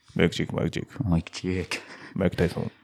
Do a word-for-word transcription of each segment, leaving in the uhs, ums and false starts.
マイクチェック、マイクチェック。 マイクチェック。 マイク・タイソン。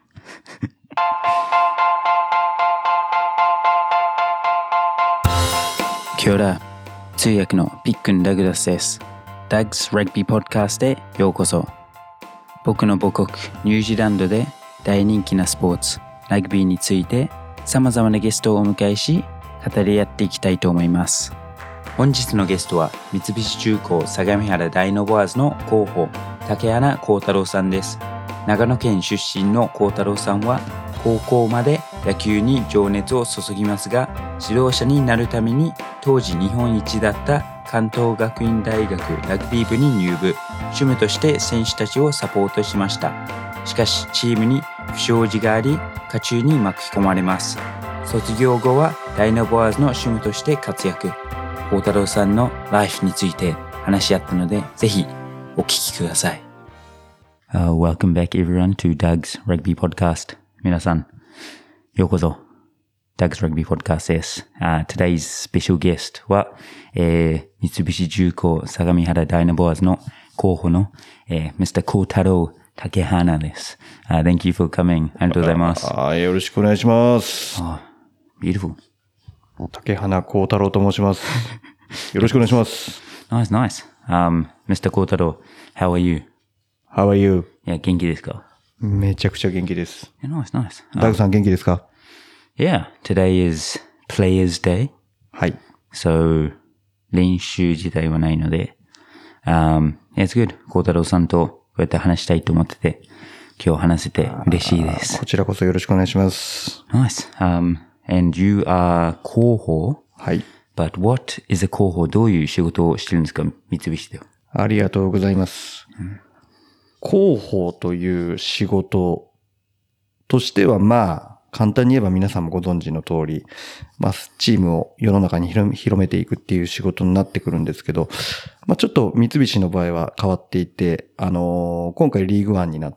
キョウラ、通訳のピックン・ダグラスです。ダグス・ラグビー・ポッドキャストへようこそ。僕の母国ニュージーランドで大人気なスポーツ、ラグビーについて様々なゲストをお迎えし、語り合っていきたいと思います。本日のゲストは三菱重工相模原ダイノボアーズの広報、竹花幸太郎さんです。長野県出身の幸太郎さんは高校まで野球に情熱を注ぎますが、指導者になるために当時日本一だった関東学院大学ラグビー部に入部、趣味として選手たちをサポートしました。しかしチームに不祥事があり、渦中に巻き込まれます。卒業後はダイノボアーズの趣味として活躍。幸太郎さんのライフについて話し合ったので、ぜひお聞きください。Uh, welcome back everyone to Doug's Rugby Podcast. 皆さん、ようこそ Doug's Rugby Podcast です。Uh, today's special guest は、えー、三菱重工相模原ダイナボアーズの候補の、えー、ミスター 幸太郎竹花です。Uh, thank you for coming. ありがとうございます。 ああ、よろしくお願いします。 Oh, beautiful. 竹花幸太郎と申します。よろしくお願いします。 Nice, nice. Um, ミスター 幸太郎、how are you?How are you? いや、元気ですか？ めちゃくちゃ元気です。 Yeah, nice, nice. ダグさん元気ですか？ Yeah, today is Players Day. はい。 So, 練習自体はないので、um, yeah, it's good. 幸太郎さんとこうやって話したいと思ってて、今日話せて嬉しいです。 こちらこそよろしくお願いします。 Nice. Um, and you are 広報? はい。 But what is a 広報? どういう仕事をしてるんですか？三菱では。 ありがとうございます。うん広報という仕事としてはまあ簡単に言えば皆さんもご存知の通り、まあチームを世の中に広めていくっていう仕事になってくるんですけど、まあちょっと三菱の場合は変わっていて、あの今回リーグワンになって、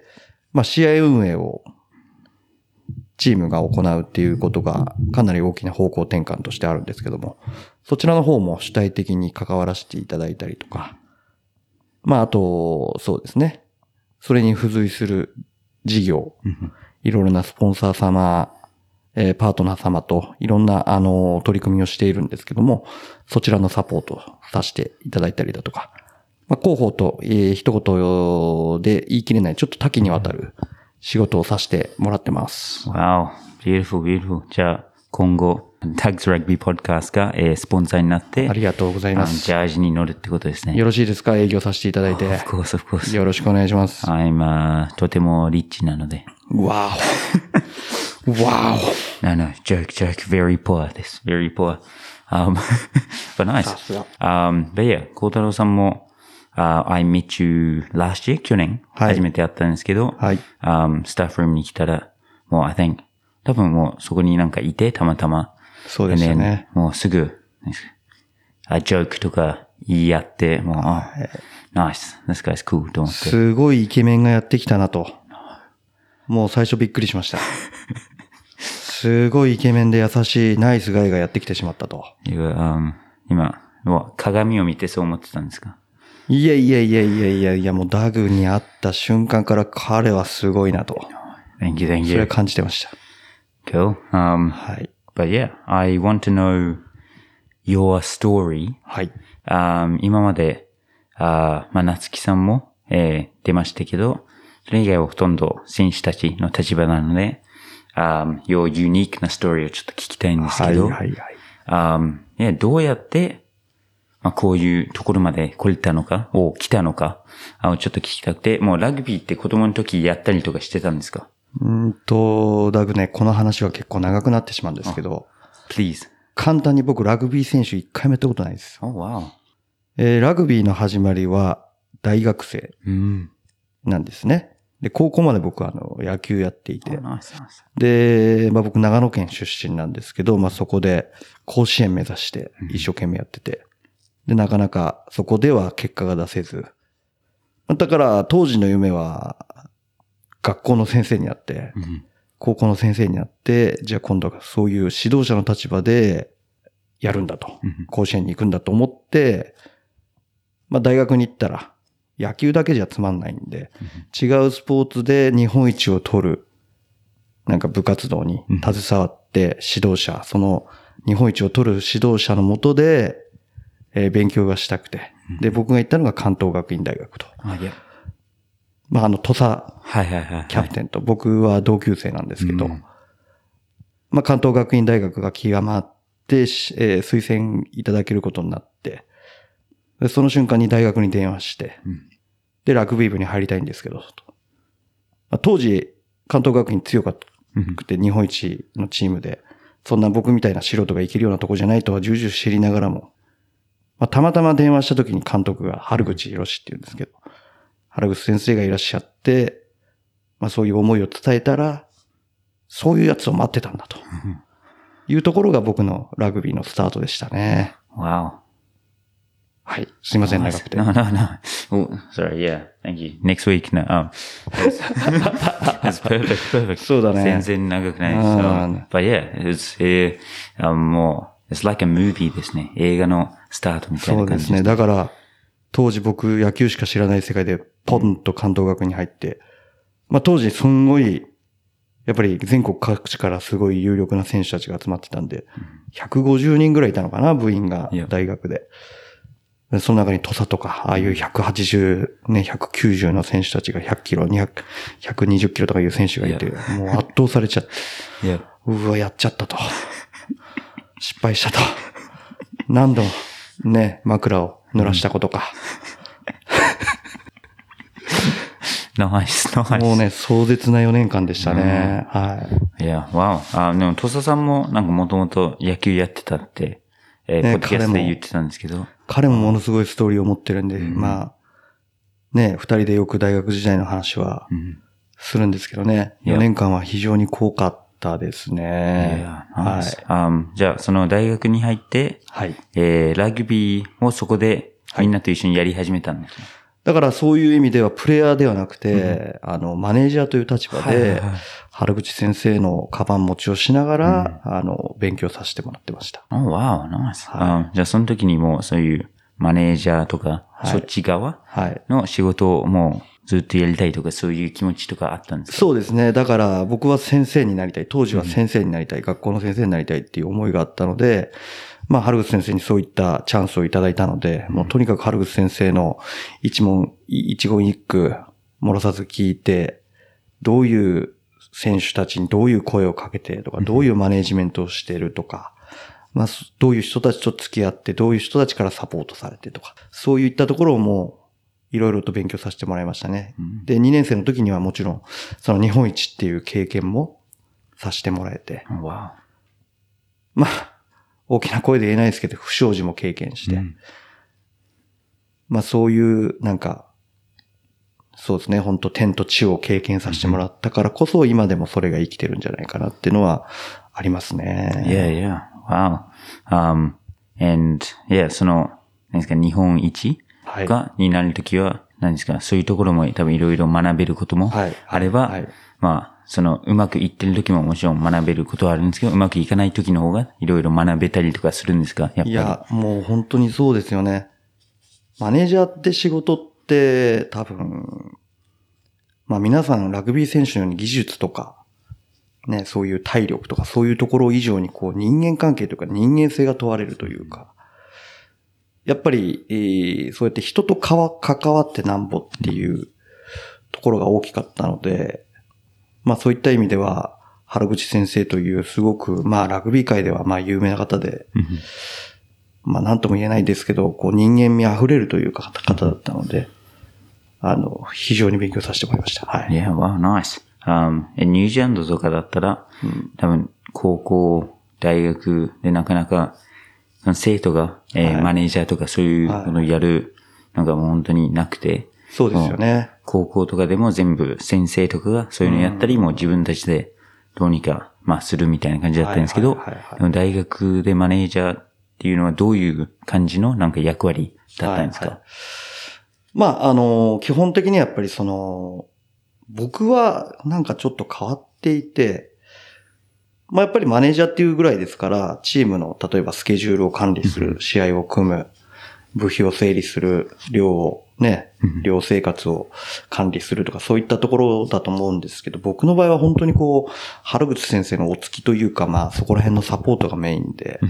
まあ試合運営をチームが行うっていうことがかなり大きな方向転換としてあるんですけども、そちらの方も主体的に関わらせていただいたりとか、まあ、あと、そうですね。それに付随する事業、いろいろなスポンサー様、えー、パートナー様といろんな、あの、取り組みをしているんですけども、そちらのサポートをさせていただいたりだとか、まあ、広報と、えー、一言で言い切れない、ちょっと多岐にわたる仕事をさせてもらってます。 Wow, beautiful, beautiful. じゃあ、今後、Doug's Rugby Podcast が、えー、スポンサーになって、 ありがとうございます。 ジャージに乗るってことですね。 よろしいですか？営業させていただいて。 Of course, of course. よろしくお願いします。 I'm、uh, とてもリッチなので。 Wow. Wow. No, no, joke, joke. Very poor です。Very poor. Um, but nice. Um, but yeah, 幸太郎さんも、uh, I met you last year, 去年、はい、初めて会ったんですけど、 はい。 Um, スタッフルームに来たら、もう I think、多分もうそこになんかいて、たまたま。 そうですよね。 もうすぐ、あ、ジョークとか言い合って、もう、あ、ナイス、this guy's cool と思って。 すごいイケメンがやってきたなと。もう最初びっくりしました。すごいイケメンで優しいナイスガイがやってきてしまったと。 いや、um, 今、もう鏡を見てそう思ってたんですか？ いやいやいやいやいやいや、もうダグに会った瞬間から彼はすごいなと。 Thank you, thank you. それは感じてました。 Cool. Um, はい。 But yeah, I want to know your story. はい。 Um, 今まで、あまあ、夏木さんも、えー、出ましたけど、それ以外はほとんど選手たちの立場なので、um, your unique なストーリーをちょっと聞きたいんですけど、 はいはいはい。 um, yeah, どうやって、まあ、こういうところまで来れたのか、を来たのか、あちょっと聞きたくて、もうラグビーって子供の時やったりとかしてたんですか？ うんと、ダグね、この話は結構長くなってしまうんですけど、 Please. 簡単に僕ラグビー選手一回もやったことないです。 Oh, wow. えー、ラグビーの始まりは大学生なんですね。で、高校まで僕はあの野球やっていて、 oh, nice, nice. で、まあ僕長野県出身なんですけど、まあそこで甲子園目指して一生懸命やってて、で、なかなかそこでは結果が出せず、だから当時の夢は学校の先生になって、高校の先生になって、じゃあ今度はそういう指導者の立場でやるんだと、甲子園に行くんだと思って、まあ大学に行ったら、 野球だけじゃつまんないんで、違うスポーツで日本一を取る、なんか部活動に携わって指導者、その日本一を取る指導者のもとで、えー、勉強がしたくて。で、僕が行ったのが関東学院大学と。 あ、いや。 まあ、あの、土佐はいはいはい。 キャプテンと、僕は同級生なんですけど、 うん、 まあ、関東学院大学が気が回って、えー、推薦いただけることになって、でその瞬間に大学に電話して、うん、で、ラグビー部に入りたいんですけど、とまあ、当時、関東学院強くて日本一のチームで、そんな僕みたいな素人が行けるようなとこじゃないとは重々知りながらも、まあ、たまたま電話した時に監督が春口博士って言うんですけど、春口先生がいらっしゃって、まあそういう思いを伝えたら、そういうやつを待ってたんだと。いうところが僕のラグビーのスタートでしたね。 Wow. はい。すいません、長くて。 No, no, no. Oh, sorry, yeah. Thank you. Next week, no. Um, that's perfect, perfect. そうだね。 全然長くない。So, but yeah, it's, uh, um, もう、it's like a movie ですね。映画のスタートみたいな感じです。 そうですね。だから、当時僕野球しか知らない世界でポンと関東学院に入って、まあ当時すんごい、やっぱり全国各地からすごい有力な選手たちが集まってたんで、ひゃくごじゅうにんぐらいいたのかな、部員が大学で。その中に土佐とか、ああいうひゃくはちじゅう、ね、ひゃくきゅうじゅうの選手たちがひゃくキロ、にひゃく、ひゃくにじゅっキロとかいう選手がいて、もう圧倒されちゃって、うわ、やっちゃったと。失敗したと。何度もね、枕を濡らしたことか。 ナイス、ナイス。 もうね、壮絶なよねんかんでしたね。うん、はい。 いや、わお。あ、でも、土佐さんもなんかもともと野球やってたって、えー、ね、ポッドキャストで言ってたんですけど。 彼もものすごいストーリーを持ってるんで、うん、まあ、ね、二人でよく大学時代の話はするんですけどね。うん、よねんかんは非常に濃かったですね。 いや、はい。あ、じゃあ、その大学に入って、はい。えー、ラグビーをそこでみんなと一緒にやり始めたんですね。はい、 だからそういう意味ではプレイヤーではなくて、うん、あの、マネージャーという立場で、はいはいはい、原口先生のカバン持ちをしながら、うん、あの、勉強させてもらってました。 おー、わー、ナイス。じゃあその時にもそういうマネージャーとか、はい、そっち側の仕事をもうずっとやりたいとかそういう気持ちとかあったんですか？ そうですね。だから僕は先生になりたい。当時は先生になりたい。うん、学校の先生になりたいっていう思いがあったので、まあ、春口先生にそういったチャンスをいただいたので、もうとにかく春口先生の一問、一言一句、漏らさず聞いて、どういう選手たちにどういう声をかけてとか、どういうマネージメントをしているとか、まあ、どういう人たちと付き合って、どういう人たちからサポートされてとか、そういったところをもう、いろいろと勉強させてもらいましたね。で、にねん生の時にはもちろん、その日本一っていう経験もさせてもらえて。 わまあ、大きな声で言えないですけど、不祥事も経験して。うん、まあそういう、なんか、そうですね、本当天と地を経験させてもらったからこそ、今でもそれが生きてるんじゃないかなっていうのはありますね。 Yeah, yeah. Wow. Um, and, yeah, その、何ですか、日本一が、はい、になるときは、何ですか、そういうところも多分いろいろ学べることもあれば、はいはいはい、まあ、その、うまくいってる時ももちろん学べることはあるんですけど、うまくいかない時の方がいろいろ学べたりとかするんですか？やっぱり。 いや、もう本当にそうですよね。マネージャーって仕事って多分、まあ皆さんラグビー選手のように技術とか、ね、そういう体力とかそういうところ以上にこう人間関係というか人間性が問われるというか、やっぱり、えー、そうやって人とかわ関わってなんぼっていうところが大きかったので、まあそういった意味では、原口先生というすごく、まあラグビー界ではまあ有名な方で、まあなんとも言えないですけど、こう人間味あふれるというか方だったので、あの、非常に勉強させてもらいました。はい。 Yeah, wow, nice.Um, ニュージーランドとかだったら、うん、多分高校、大学でなかなか生徒が、えーはい、マネージャーとかそういうのをやるのがもう本当になくて、 そうですよね。 高校とかでも全部先生とかがそういうのやったり、うん、もう自分たちでどうにか、まあするみたいな感じだったんですけど、でも大学でマネージャーっていうのはどういう感じのなんか役割だったんですか？はいはい、 まあ、あの、基本的にやっぱりその、僕はなんかちょっと変わっていて、まあやっぱりマネージャーっていうぐらいですから、チームの例えばスケジュールを管理する、試合を組む、 部費を整理する、寮をね、寮生活を管理するとか、そういったところだと思うんですけど、僕の場合は本当にこう、原口先生のお付きというか、まあそこら辺のサポートがメインで、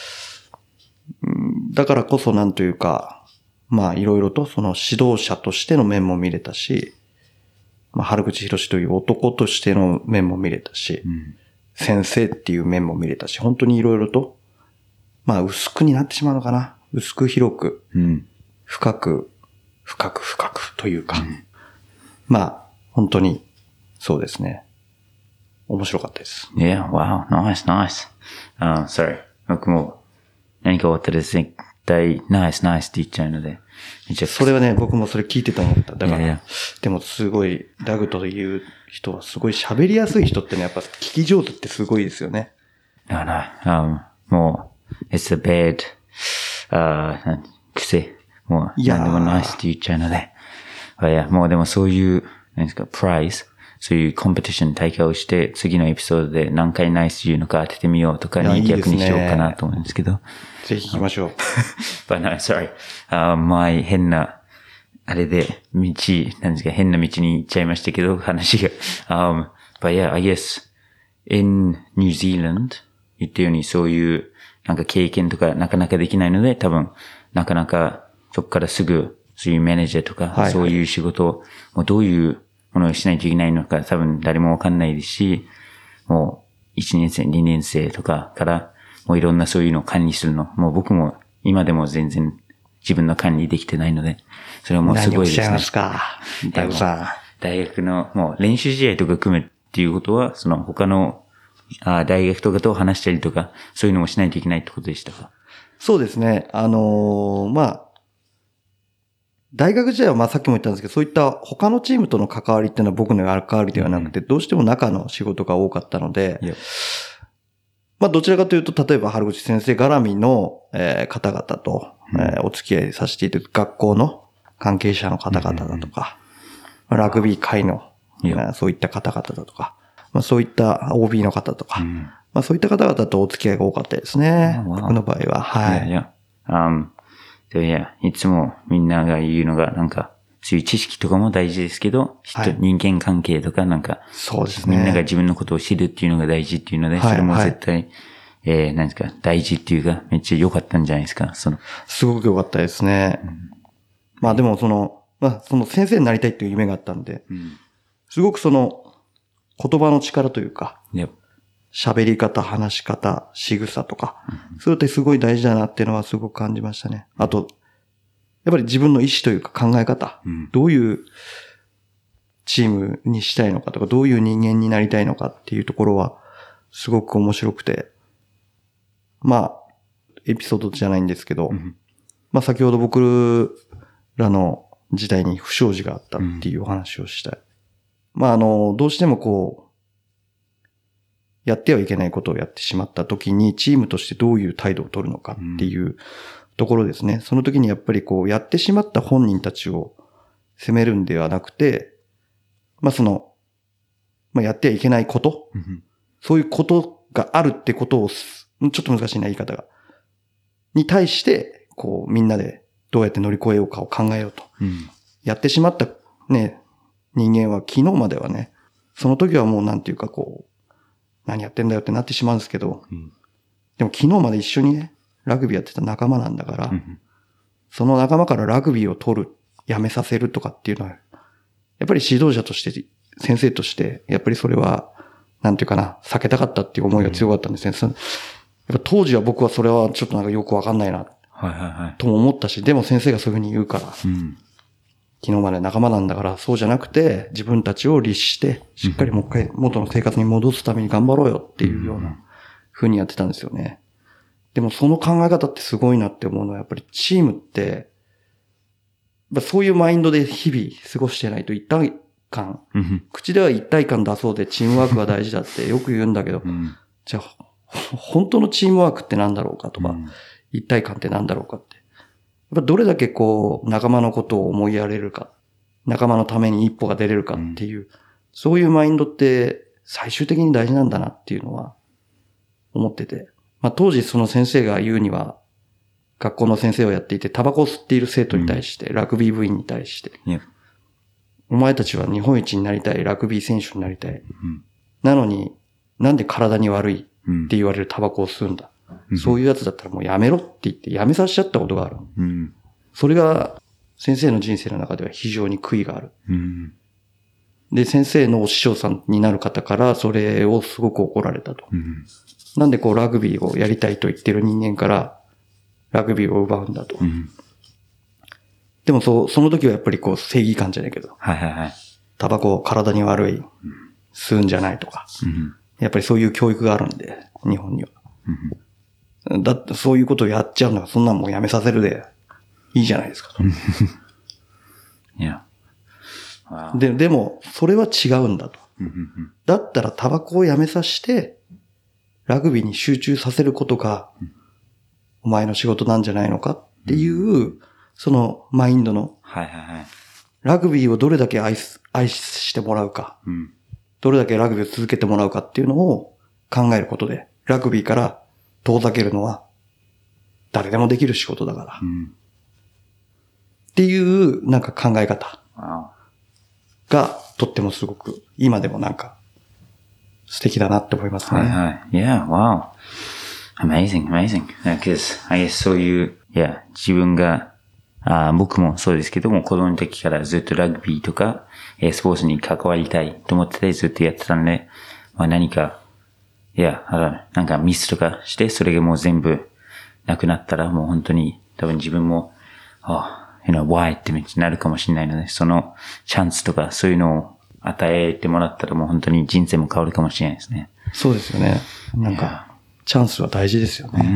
だからこそなんというか、まあいろいろとその指導者としての面も見れたし、まあ原口博という男としての面も見れたし、うん、先生っていう面も見れたし、本当にいろいろと、まあ薄くになってしまうのかな。薄く広く、うん、深く、深く深くというか、うん、まあ本当にそうですね。面白かったです。 Yeah, wow, nice, nice. Uh, sorry. 僕も何か終わったら絶対、ナイスナイスって言っちゃうので。 それはね、僕もそれ聞いてて思った。だから、いやいやでもすごい、ダグという人はすごい喋りやすい人ってね、やっぱ聞き上手ってすごいですよね。 No, no, um, もう、it's a bad, ああ、癖。もう、何でもナイスって言っちゃうので。いや、もうでもそういう、何ですか、プライズ。そういうコンペティション大会をして、次のエピソードで何回ナイス言うのか当ててみようとかに逆にしようかなと思うんですけど。 ぜひ行きましょう。 But no, sorry. あ、前変な、あれで、道、なんですか、変な道に行っちゃいましたけど、話が。Um, but yeah, I guess, in New Zealand, 言ったようにそういう、なんか経験とかなかなかできないので、多分、なかなかそこからすぐ、そういうマネージャーとか、はいはい、そういう仕事を、もうどういうものをしないといけないのか多分誰もわかんないですし、もういちねん生、にねん生とかからもういろんなそういうのを管理するの。もう僕も今でも全然自分の管理できてないので、それはもうすごいですね。 何をしちゃいますか。 大学さん。大学のもう練習試合とか組むっていうことは、その他のあ大学とかと話したりとか、そういうのもしないといけないってことでしたか？ そうですね。あのー、まあ、大学時代はまあさっきも言ったんですけど、そういった他のチームとの関わりっていうのは僕の関わりではなくて、どうしても中の仕事が多かったので、まあどちらかというと、例えば原口先生絡みの、えー、方々と、えー、お付き合いさせていただく学校の関係者の方々だとか、ラグビー界の、そういった方々だとか、まあそういった オービー の方とか、まあそういった方々とお付き合いが多かったですね。僕の場合は。はい。 いやいや、umいや、いつもみんなが言うのが、なんか、そういう知識とかも大事ですけど、はい、人間関係とかなんか、 そうですね。 みんなが自分のことを知るっていうのが大事っていうので、はい、それも絶対、はい、えー、何ですか、大事っていうか、めっちゃ良かったんじゃないですか、その。 すごく良かったですね。うん、まあでもその、まあその先生になりたいっていう夢があったんで、うん、すごくその、言葉の力というか、 yep 喋り方、話し方、仕草とか、うん、それってすごい大事だなっていうのはすごく感じましたね。あと、やっぱり自分の意思というか考え方、うん、どういうチームにしたいのかとか、どういう人間になりたいのかっていうところは、すごく面白くて、まあ、エピソードじゃないんですけど、うん、まあ先ほど僕らの時代に不祥事があったっていうお話をしたい。うん、まああの、どうしてもこう、やってはいけないことをやってしまった時にチームとしてどういう態度を取るのかっていうところですね。その時にやっぱりこうやってしまった本人たちを責めるんではなくて、まあその、まあやってはいけないこと、うん、そういうことがあるってことを、ちょっと難しいな言い方が、に対してこうみんなでどうやって乗り越えようかを考えようと。うん、やってしまったね、人間は昨日まではね、その時はもうなんていうかこう、何やってんだよってなってしまうんですけど、うん、でも昨日まで一緒にね、ラグビーやってた仲間なんだから、うん、その仲間からラグビーを取る、やめさせるとかっていうのは、やっぱり指導者として、先生として、やっぱりそれは、なんていうかな、避けたかったっていう思いが強かったんですね。うん、やっぱ当時は僕はそれはちょっとなんかよくわかんないな、 はいはいはい、 とも思ったし、でも先生がそういうふうに言うから、うん、昨日まで仲間なんだからそうじゃなくて自分たちを律してしっかりもう一回元の生活に戻すために頑張ろうよっていうような風にやってたんですよね。でもその考え方ってすごいなって思うのはやっぱりチームってそういうマインドで日々過ごしてないと一体感、口では一体感出そうでチームワークが大事だってよく言うんだけど、じゃあ本当のチームワークって何だろうかとか、一体感って何だろうかって。やっぱどれだけこう仲間のことを思いやれるか、仲間のために一歩が出れるかっていう、うん、そういうマインドって最終的に大事なんだなっていうのは思ってて、まあ当時その先生が言うには学校の先生をやっていて、タバコを吸っている生徒に対して、ラグビー部員に対して、 Yeah. お前たちは日本一になりたい、ラグビー選手になりたい。 うん、 なのに、なんで体に悪いってうん言われるタバコを吸うんだ。 うん、 そういうやつだったらもうやめろって言ってやめさせちゃったことがある。 うん、 それが先生の人生の中では非常に悔いがある。 うん、 で、先生のお師匠さんになる方からそれをすごく怒られたと。 うん、 なんでこうラグビーをやりたいと言ってる人間からラグビーを奪うんだと。 うん、 でもそう、その時はやっぱりこう正義感じゃないけど、 はいはいはい。 タバコ体に悪い、吸うんじゃないとか、 うん、 やっぱりそういう教育があるんで、日本には。 うん、 だってそういうことをやっちゃうんだからそんなんもうやめさせるでいいじゃないですかと。 いや。 で、でも、それは違うんだと。 うん、 だったらタバコをやめさせて、ラグビーに集中させることが、お前の仕事なんじゃないのかっていう、そのマインドの、 はいはいはい。 ラグビーをどれだけ愛す、愛してもらうか、 うん、 どれだけラグビーを続けてもらうかっていうのを考えることで、ラグビーから遠ざけるのは、誰でもできる仕事だから。 うん、 っていう、なんか考え方 wow. が、とってもすごく、今でもなんか、素敵だなって思いますね。 はいはい。Yeah, wow. Amazing, amazing. Because, I guess そういう、いや、自分が、あ僕もそうですけども、子供の時からずっとラグビーとか、えースポーツに関わりたいと思っててずっとやってたんで、まあ何か、いや、あなんかミスとかして、それがもう全部なくなったら、もう本当に多分自分も、あ、you know, why ってめっちゃなるかもしれないので、そのチャンスとかそういうのを与えてもらったらもう本当に人生も変わるかもしれないですね。 そうですよね。なんか、チャンスは大事ですよね。 うん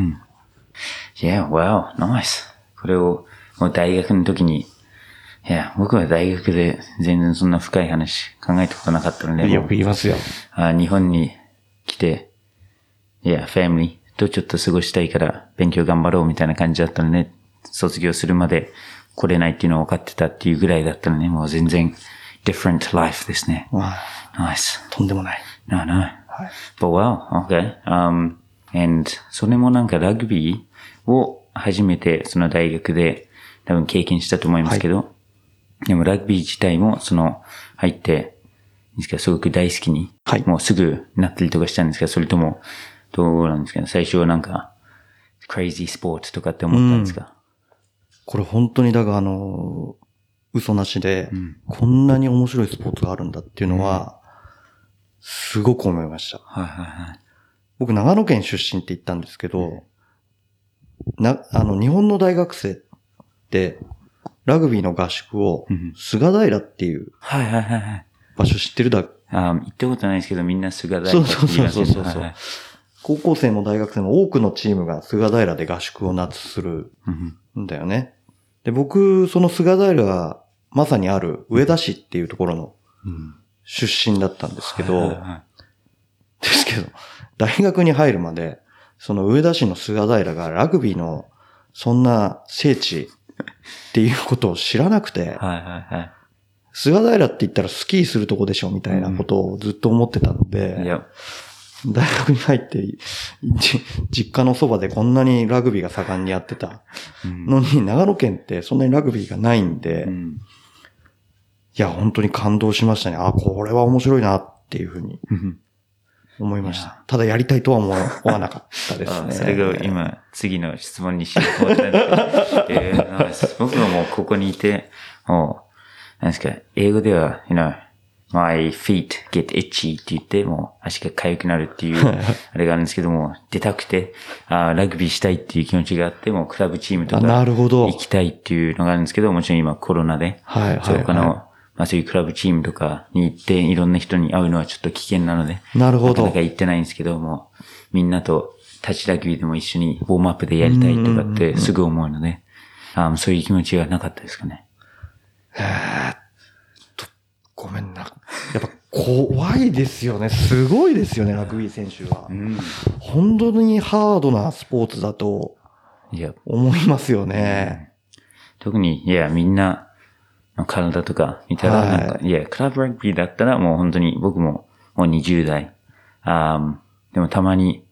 。Yeah, wow, nice. これをもう大学の時に、いや、僕は大学で全然そんな深い話考えたことなかったので、 よく言いますよ。 あ日本に来て、いや、ファミリーとちょっと過ごしたいから勉強頑張ろうみたいな感じだったので、卒業するまで来れないっていうのを分かってたっていうぐらいだったので、もう全然 different life ですね。Nice. とんでもない。 No, no. はい。 But wow, okay. Um, and それもなんかラグビーを初めてその大学で多分経験したと思いますけど、はい、でもラグビー自体もその入って、ですかすごく大好きに、はい、もうすぐなったりとかしたんですか、それともどうなんですかね、最初はなんかクレイジースポーツとかって思ったんですか、うん、 これ本当にだがあの嘘なしで、うん、こんなに面白いスポーツがあるんだっていうのは、すごく思いました。 はいはいはい。 僕長野県出身って言ったんですけど、な、あの日本の大学生ってラグビーの合宿を菅平っていう場所知ってるだ、 あ行ったことないですけどみんな菅平そうそうそうそうそう、はいはい、高校生も大学生も多くのチームが菅平で合宿を夏するんだよね。で、僕その菅平がまさにある上田市っていうところの出身だったんですけど、はいはいはい、ですけど大学に入るまでその上田市の菅平がラグビーのそんな聖地っていうことを知らなくて、はいはいはい、菅平って言ったらスキーするとこでしょみたいなことをずっと思ってたので、うん、大学に入って実家のそばでこんなにラグビーが盛んにやってたのに、うん、長野県ってそんなにラグビーがないんで、うん、いや本当に感動しましたね。あ、これは面白いなっていうふうに思いました。ただやりたいとは思わなかったですね。 それが今、次の質問にしようと思ったんで、えー、僕はもうここにいて、もう、なんですか、英語では、you know, my feet get itchy って言って、もう足が痒くなるっていう、あれがあるんですけども、出たくてあ、ラグビーしたいっていう気持ちがあって、もうクラブチームとか行きたいっていうのがあるんですけど、もちろん今コロナで、はいはいはい、そう他のまあそういうクラブチームとかに行っていろんな人に会うのはちょっと危険なので。 なるほど。 なかなか行ってないんですけども、みんなと立ちラグビーでも一緒にウォームアップでやりたいとかってすぐ思うので、あそういう気持ちがなかったですかね。 えーっと、ごめんな。やっぱ怖いですよね。すごいですよね、ラグビー選手は。うん、本当にハードなスポーツだと思いますよね。 特に、いや、みんな、体とか見たらなんか、はい、いや、クラブラグビーだったらもう本当に僕ももうにじゅう代。あでもたまに、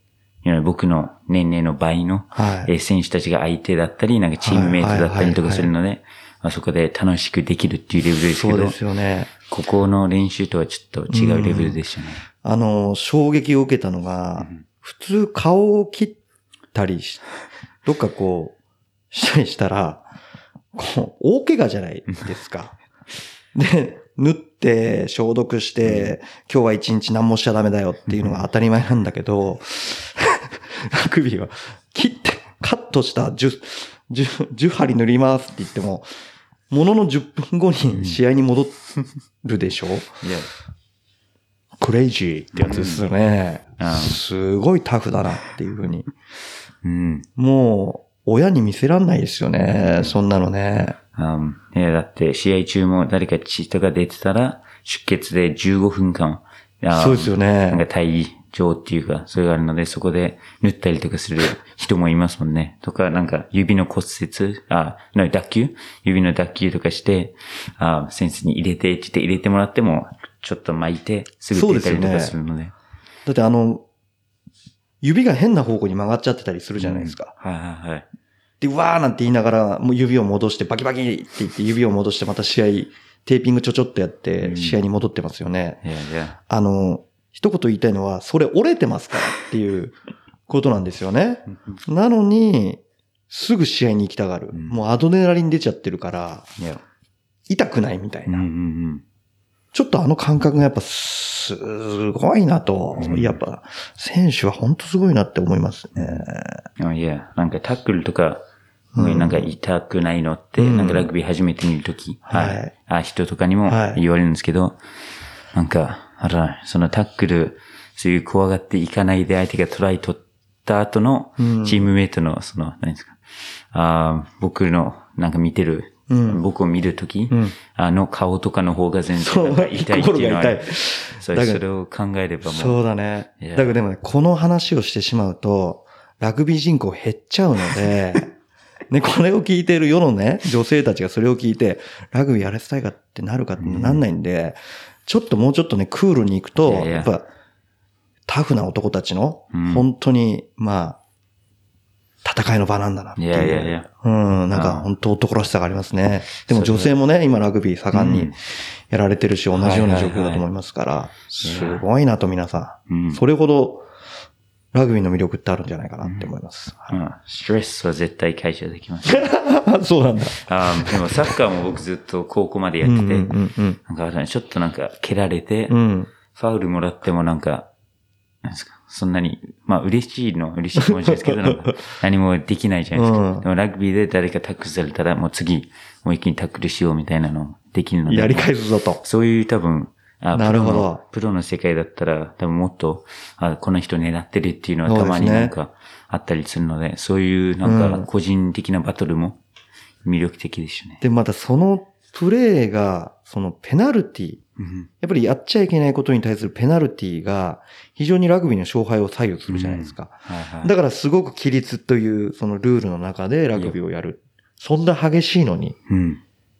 you know, 僕の年齢の倍の、 はいえー選手たちが相手だったり、なんかチームメイトだったりとかするので、まあ、そこで楽しくできるっていうレベルですけど、 そうですよね。 ここの練習とはちょっと違うレベルでしたね。 あの、衝撃を受けたのが、うん、普通顔を切ったりし、どっかこう、したりしたら、こう、大怪我じゃないですか。で、縫って消毒して、うん、今日は一日何もしちゃダメだよっていうのが当たり前なんだけど、ラグビーは切ってカットしたじゅう、じゅう、じゅう針塗りますって言っても、もののじゅっぷんごに試合に戻るでしょ、うん、クレイジーってやつですよね、うん。すごいタフだなっていうふうに。うん、もう、親に見せらんないですよね、そんなのね。 うん、いやだって試合中も誰か血とか出てたら出血でじゅうごふんかん。 そうですよね。 なんか退場っていうか、それがあるので、そこで縫ったりとかする人もいますもんね。とか、なんか指の骨折、あ、の脱臼指の脱臼とかして、あ、先生に入れてって言って入れてもらっても、ちょっと巻いて、すぐ出たりとかするので。で、ね、 だってあの、指が変な方向に曲がっちゃってたりするじゃないですか。 うん、はいはいはい。 で、わーなんて言いながら、もう指を戻して、バキバキって言って指を戻して、また試合、テーピングちょちょっとやって、試合に戻ってますよね。 うん、いやいや。 あの、一言言いたいのは、それ折れてますからっていうことなんですよね。なのに、すぐ試合に行きたがる。うん、もうアドレナリン出ちゃってるから、痛くないみたいな。うんうんうん、ちょっとあの感覚がやっぱすごいなと、うん、やっぱ選手は本当すごいなって思いますね。 あ、いや、なんかタックルとか、なんか痛くないのって、うん、なんかラグビー初めて見るとき、はい、あ、人とかにも言われるんですけど、はい、なんか、あら、そのタックル、そういう怖がっていかないで相手がトライ取った後のチームメイトの、その、何ですか、あ、僕のなんか見てる、うん、僕を見るとき、うん、あの顔とかの方が全然なんか痛いっていうのは、心が痛い。それ、それを考えればもう。 そうだね。だけどでもね、この話をしてしまうと、ラグビー人口減っちゃうので、ね、これを聞いている世のね、女性たちがそれを聞いて、ラグビーやらせたいかってなるかってなんないんで、うん、ちょっともうちょっとね、クールに行くと、やっぱ、タフな男たちの、本当に、まあ、戦いの場なんだなっていう。いやいやいや。うん、なんか本当男らしさがありますね。でも女性もね、今ラグビー盛んにやられてるし、同じような状況だと思いますから、すごいなと皆さん。それほど、ラグビーの魅力ってあるんじゃないかなって思います。 うん、ストレスは絶対解消できます。 そうなんだ。 あでもサッカーも僕ずっと高校までやってて、うんうんうん、なんかちょっとなんか蹴られて、うん、ファウルもらってもなんか、なんですか、そんなに、まあ嬉しいの、嬉しい気持ちですけど、なんか何もできないじゃないですか。うん、でもラグビーで誰かタックルされたらもう次、もう一気にタックルしようみたいなのできるので。 やり返すぞと。 そういう多分、あなるほど。 プロの世界だったら多分もっと、あ、この人狙ってるっていうのはたまになんかあったりするので、そういうなんか個人的なバトルも魅力的でしたね。 で、またそのプレーが、そのペナルティ、うん、やっぱりやっちゃいけないことに対するペナルティが非常にラグビーの勝敗を左右するじゃないですか。うんはいはい、だからすごく規律というそのルールの中でラグビーをやる。そんな激しいのに。 うん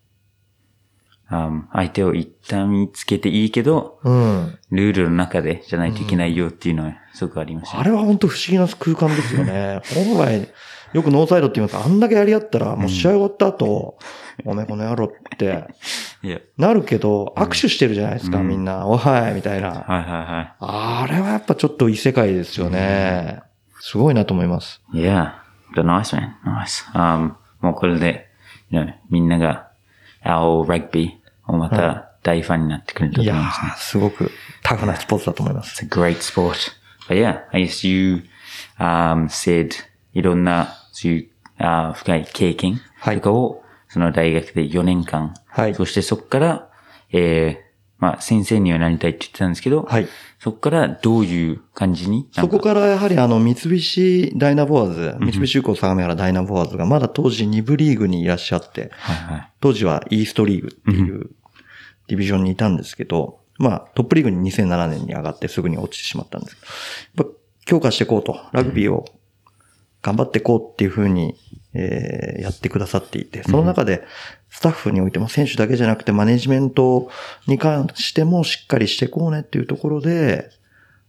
Um, 相手を一旦見つけていいけど、うん、ルールの中でじゃないといけないよっていうのはすごくありました、ねうん。あれは本当不思議な空間ですよね。本来、よくノーサイドって言いますか、あんだけやり合ったら、もう試合終わった後、うん、おめえこの野郎って、なるけど、握手してるじゃないですか、うん、みんな。おはい、みたいな。はいはいはい。あれはやっぱちょっと異世界ですよね。すごいなと思います。 Yeah, but nice man, nice.、Um, もうこれで、you know, みんなが、青ラグビーをまた大ファンになってくれると思いますね。 いやー、すごくタフなスポーツだと思います。 It's a great sport. But yeah, I guess you um, said いろんなそういう、uh, 深い経験とかを、はい、その大学でよねんかん、はい、そしてそこから、えーまあ、先生にはなりたいって言ってたんですけど、はい、そこからどういう感じにそこからやはりあの、三菱ダイナボアーズ、三菱重工相模原ダイナボアーズがまだ当時に部リーグにいらっしゃって、はいはい、当時はイーストリーグっていうディビジョンにいたんですけど、まあ、トップリーグににせんななねんに上がってすぐに落ちてしまったんですけど、やっぱ強化していこうと、ラグビーを頑張っていこうっていうふうに、えー、やってくださっていて、その中で、スタッフにおいても選手だけじゃなくてマネジメントに関してもしっかりしていこうねっていうところで、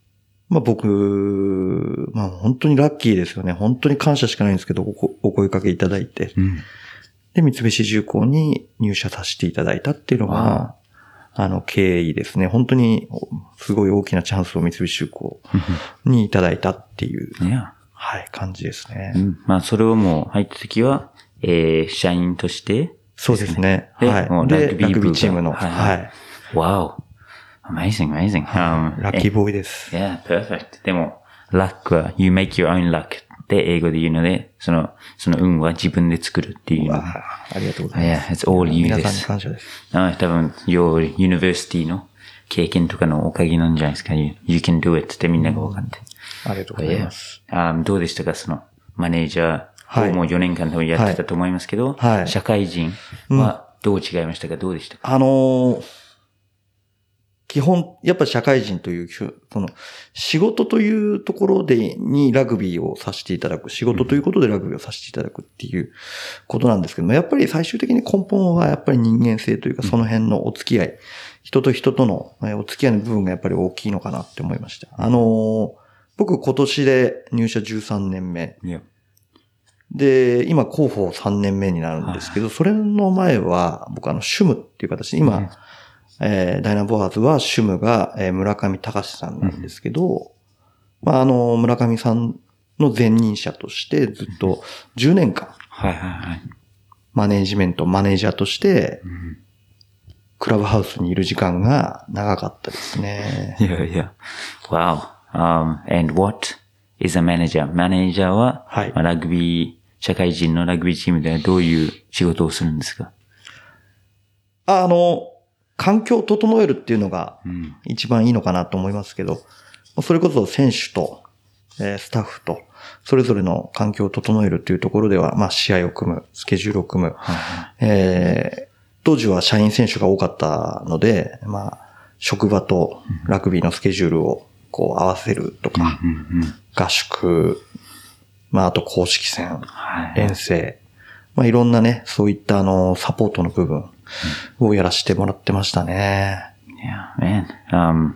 まあ僕、まあ本当にラッキーですよね。本当に感謝しかないんですけど、お, お声かけいただいて、 うん、 で、三菱重工に入社させていただいたっていうのが、あの、経緯ですね。本当に、すごい大きなチャンスを三菱重工にいただいたっていう、はい、感じですね。 うん、まあ、それをもう入った時は、えー、社員として、 そうですね。 ではい。 もうで、 ラグビー部がラグビーチームの、 はいはい。 Wow. Amazing, amazing. Um, ラッキーボーイです。 Yeah, perfect. でも、luck は you make your own luck って英語で言うので、その、その運は自分で作るっていうので。 ありがとうございます。 Yeah, it's all you 皆さんにです。 感謝です。 あ多分、your university の経験とかのおかげなんじゃないですか。You, you can do it ってみんなが分かって。 ありがとうございます。 Yeah. Um, どうでしたかその、マネージャーをもうよねんかん多分やってたと思いますけど、 はいはい、 社会人はどう違いましたか、うん、どうでしたかあのー、基本、やっぱ社会人という、その、仕事というところで、にラグビーをさせていただく、仕事ということでラグビーをさせていただくっていうことなんですけども、やっぱり最終的に根本はやっぱり人間性というか、その辺のお付き合い、人と人とのお付き合いの部分がやっぱり大きいのかなって思いました。あのー、僕今年で入社じゅうさんねんめ。 Yeah. で、今広報さんねんめになるんですけど、それの前は僕あの、シュムっていう形で、今、yeah. えー、ダイナボアーズは主務が、えー、村上隆さんなんですけど、うん、まあ、あの、村上さんの前任者としてずっとじゅうねんかん、 はいはいはい。 マネージメント、マネージャーとして、クラブハウスにいる時間が長かったですね。 いやいや。Wow.Um, and what is a manager? マネージャーは、はい、まあ、ラグビー、社会人のラグビーチームではどういう仕事をするんですか？ あ、あの、環境を整えるっていうのが一番いいのかなと思いますけど、うん、それこそ選手と、えー、スタッフとそれぞれの環境を整えるっていうところでは、まあ試合を組む、スケジュールを組む。はいはい、えー、当時は社員選手が多かったので、まあ職場とラグビーのスケジュールをこう合わせるとか、うんうんうん、合宿、まああと公式戦、はい、遠征、まあいろんなね、そういったあのサポートの部分をやらせてもらってましたね。 Yeah, man. Um,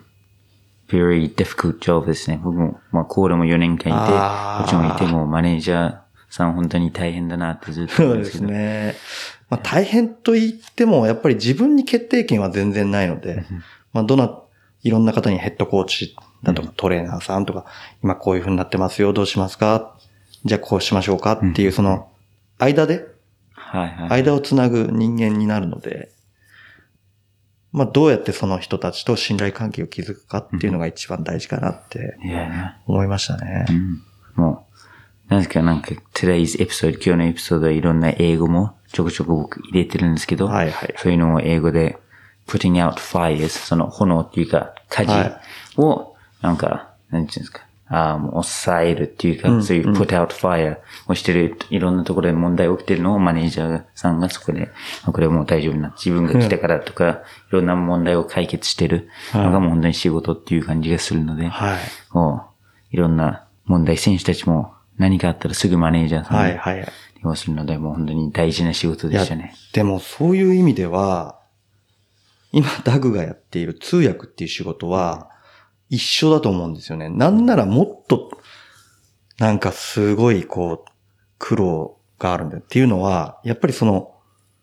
very difficult job ですね。僕も、まあ、コールもよねんかんいて、こっちもいても、マネージャーさん本当に大変だなってずっと思うんですけど。 そうですね。まあ、大変と言っても、やっぱり自分に決定権は全然ないので、まあ、どな、いろんな方にヘッドコーチだとか、トレーナーさんとか、今こういう風になってますよ、どうしますか？じゃあこうしましょうかっていう、その、間で、 はいはい、 間をつなぐ人間になるので、まあどうやってその人たちと信頼関係を築くかっていうのが一番大事かなって思いましたね。 うん、もう、なんですかなんか today's episode 今日のエピソードはいろんな英語もちょこちょこ僕入れてるんですけど、はいはい、そういうのを英語で putting out fires その炎っていうか火事をなんか、なんていうんですか。ああ、もう抑えるっていうか、うん、そういう put out fire をしてる、いろんなところで問題起きてるのをマネージャーさんがそこで、これはもう大丈夫な、自分が来たからとか、うん、いろんな問題を解決してるのがもう本当に仕事っていう感じがするので、はい、もういろんな問題、選手たちも何かあったらすぐマネージャーさんに電話するので、もう本当に大事な仕事でしたね。 でもそういう意味では、今ダグがやっている通訳っていう仕事は、一緒だと思うんですよね。なんならもっと、なんかすごいこう、苦労があるんだっていうのは、やっぱりその、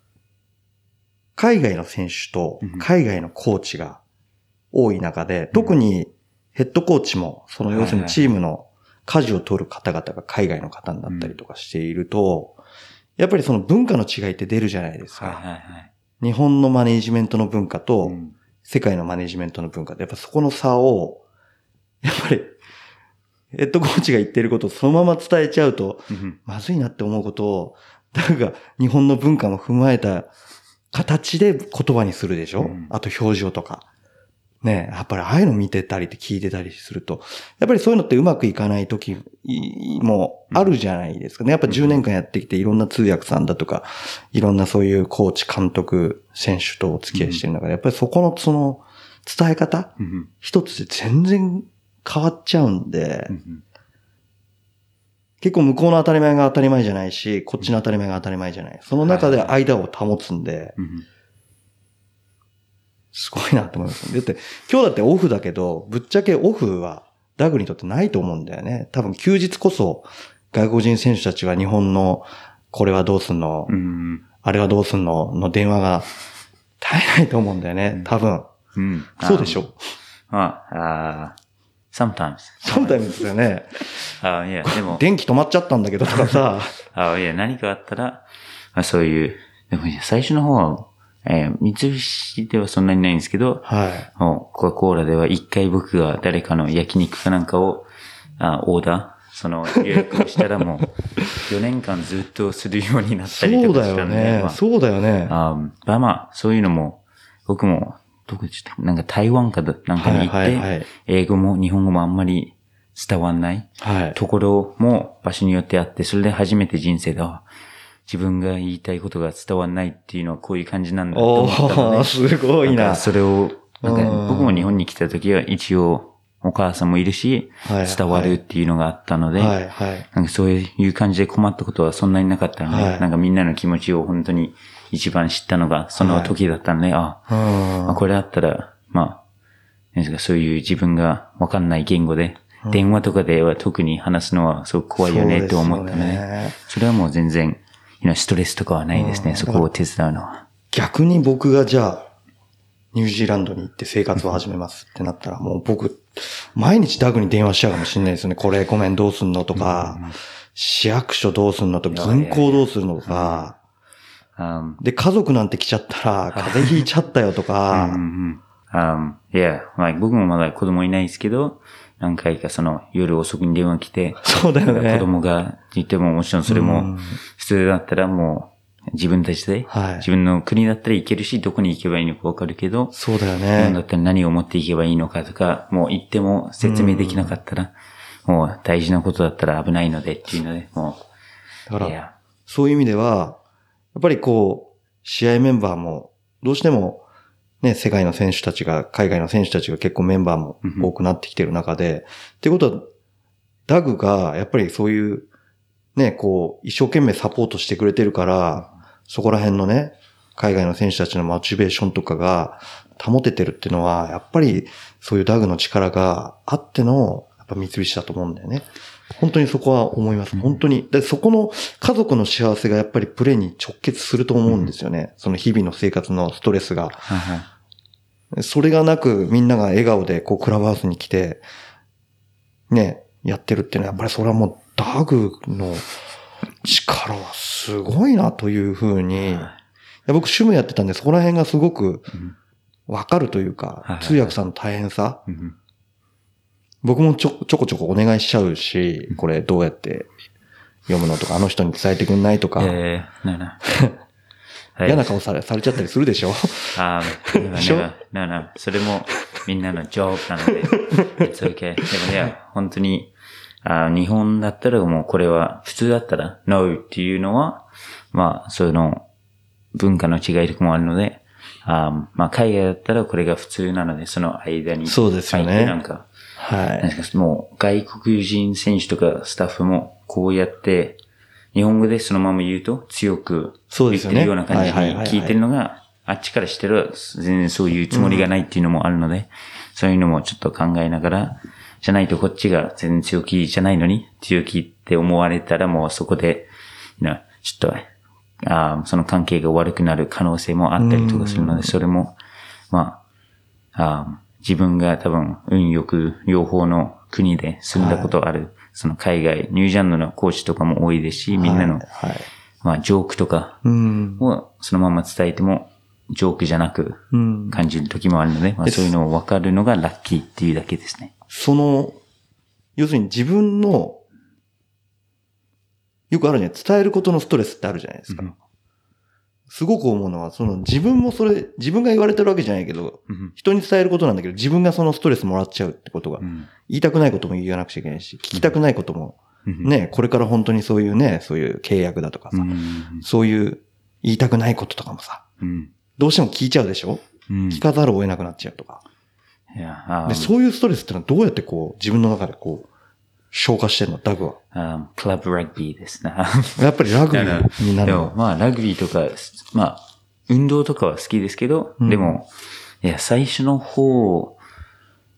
海外の選手と海外のコーチが多い中で、うん、特にヘッドコーチも、その要するにチームの舵を取る方々が海外の方になったりとかしていると、うん、やっぱりその文化の違いって出るじゃないですか。はいはいはい、日本のマネージメントの文化と、うん世界のマネジメントの文化で、やっぱそこの差を、やっぱり、ヘッドコーチが言ってることをそのまま伝えちゃうと、うん、まずいなって思うことを、だが日本の文化も踏まえた形で言葉にするでしょ、うん、あと表情とか。ねやっぱりああいうの見てたりって聞いてたりすると、やっぱりそういうのってうまくいかない時もあるじゃないですかね。やっぱじゅうねんかんやってきていろんな通訳さんだとか、いろんなそういうコーチ、監督、選手とお付き合いしてる中で、やっぱりそこのその伝え方、うん、一つで全然変わっちゃうんで、うん、結構向こうの当たり前が当たり前じゃないし、こっちの当たり前が当たり前じゃない。その中で間を保つんで、うんすごいなと思います。だって、今日だってオフだけど、ぶっちゃけオフはダグにとってないと思うんだよね。多分休日こそ外国人選手たちが日本のこれはどうすんの、 うん、 あれはどうすんのの電話が絶えないと思うんだよね。多分。 うん、 そうでしょ。 まあ、uh, sometimes. sometimes ですよね。 あいや、でも。 電気止まっちゃったんだけどとかさ。 あいや、何かあったら、あそういう、でも最初の方は、えー、三菱ではそんなにないんですけど、 はい。 コカ・コーラでは一回僕が誰かの焼肉かなんかを、あオーダー、その予約をしたらもうよねんかんずっとするようになったりとかしたので。 そうだよね。 まあ、 そうだよね。 あまあまあ、そういうのも、僕も、どこでしたなんか台湾かなんかに行って、はいはいはい、英語も日本語もあんまり伝わんないところも場所によってあって、それで初めて人生で、自分が言いたいことが伝わんないっていうのはこういう感じなんだと思ったので。 おー、すごいな。 なんかそれを、なんか僕も日本に来た時は一応お母さんもいるし、伝わるっていうのがあったので、はいはい、なんかそういう感じで困ったことはそんなになかったので、はい、なんかみんなの気持ちを本当に一番知ったのがその時だったので、はい、あ、まあ、これあったら、まあ、なんですか、そういう自分がわかんない言語で、うん、電話とかでは特に話すのはすごく怖いよねって思ったので、ね、それはもう全然、ストレスとかはないですね、そこを手伝うのは。 逆に僕がじゃあ、ニュージーランドに行って生活を始めますってなったら、もう僕、毎日ダグに電話しちゃうかもしれないですよね。これごめんどうすんのとか、市役所どうすんのとか、銀行どうするのとか、で、家族なんて来ちゃったら、風邪ひいちゃったよとか。 Um, yeah, like 僕もまだ子供いないですけど、何回かその夜遅くに電話来て、 そうだよね。 子供が言ってももちろんそれも普通だったらもう自分たちで、はい、自分の国だったら行けるし、どこに行けばいいのかわかるけど、 そうだよね。 日本だったら何を持っていけばいいのかとか、もう行っても説明できなかったら、もう大事なことだったら危ないのでっていうので、もう。だから、そういう意味では、やっぱりこう、試合メンバーも、どうしても、ね、世界の選手たちが、海外の選手たちが結構メンバーも多くなってきてる中で、うん、ってことは、ダグがやっぱりそういう、ね、こう、一生懸命サポートしてくれてるから、そこら辺のね、海外の選手たちのモチベーションとかが保ててるっていうのは、やっぱりそういうダグの力があっての、やっぱ三菱だと思うんだよね。本当にそこは思います。本当に。で、そこの家族の幸せがやっぱりプレーに直結すると思うんですよね。うん、その日々の生活のストレスが。はい、それがなくみんなが笑顔でこうクラブハウスに来て、ね、やってるっていうのはやっぱりそれはもうダグの力はすごいなというふうに、いや僕趣味やってたんでそこら辺がすごくわかるというか、うん、通訳さんの大変さ。うん僕もちょ、ちょこちょこお願いしちゃうし、これどうやって読むのとか、あの人に伝えてくんないとか。 ええー、なな。 嫌な顔され、されちゃったりするでしょああ、でしょなな。それもみんなのジョブなので、it's okay. でもね、本当に、あ日本だったらもうこれは、普通だったら No っていうのは、まあ、その文化の違いとかもあるので、あまあ、海外だったらこれが普通なので、その間に。 そうですよね。 なんか、 はい。 もう外国人選手とかスタッフもこうやって日本語でそのまま言うと強く言ってるような感じに聞いてるのがあっちからしてる全然そういうつもりがないっていうのもあるので、うん、そういうのもちょっと考えながらじゃないとこっちが全然強気じゃないのに強気って思われたらもうそこで、you know、ちょっとあその関係が悪くなる可能性もあったりとかするので、それもまああ自分が多分運よく両方の国で住んだことある、はい、その海外、ニュージーランドのコーチとかも多いですし、みんなの、はいはい、まあジョークとかをそのまま伝えてもジョークじゃなく感じる時もあるので、まあ、そういうのを分かるのがラッキーっていうだけですね。 その、要するに自分の、よくあるね、伝えることのストレスってあるじゃないですか。うんすごく思うのは、その自分もそれ、自分が言われてるわけじゃないけど、うん、人に伝えることなんだけど、自分がそのストレスもらっちゃうってことが、うん、言いたくないことも言わなくちゃいけないし、聞きたくないことも、うん、ね、これから本当にそういうね、そういう契約だとかさ、うん、そういう言いたくないこととかもさ、うん、どうしても聞いちゃうでしょ、うん、聞かざるを得なくなっちゃうとか。いやでそういうストレスってのはどうやってこう、自分の中でこう、消化してんのダグは。 Um, クラブラグビーですね。 やっぱりラグビーになるの。 でもまあラグビーとか、まあ運動とかは好きですけど、うん、でも、いや最初の方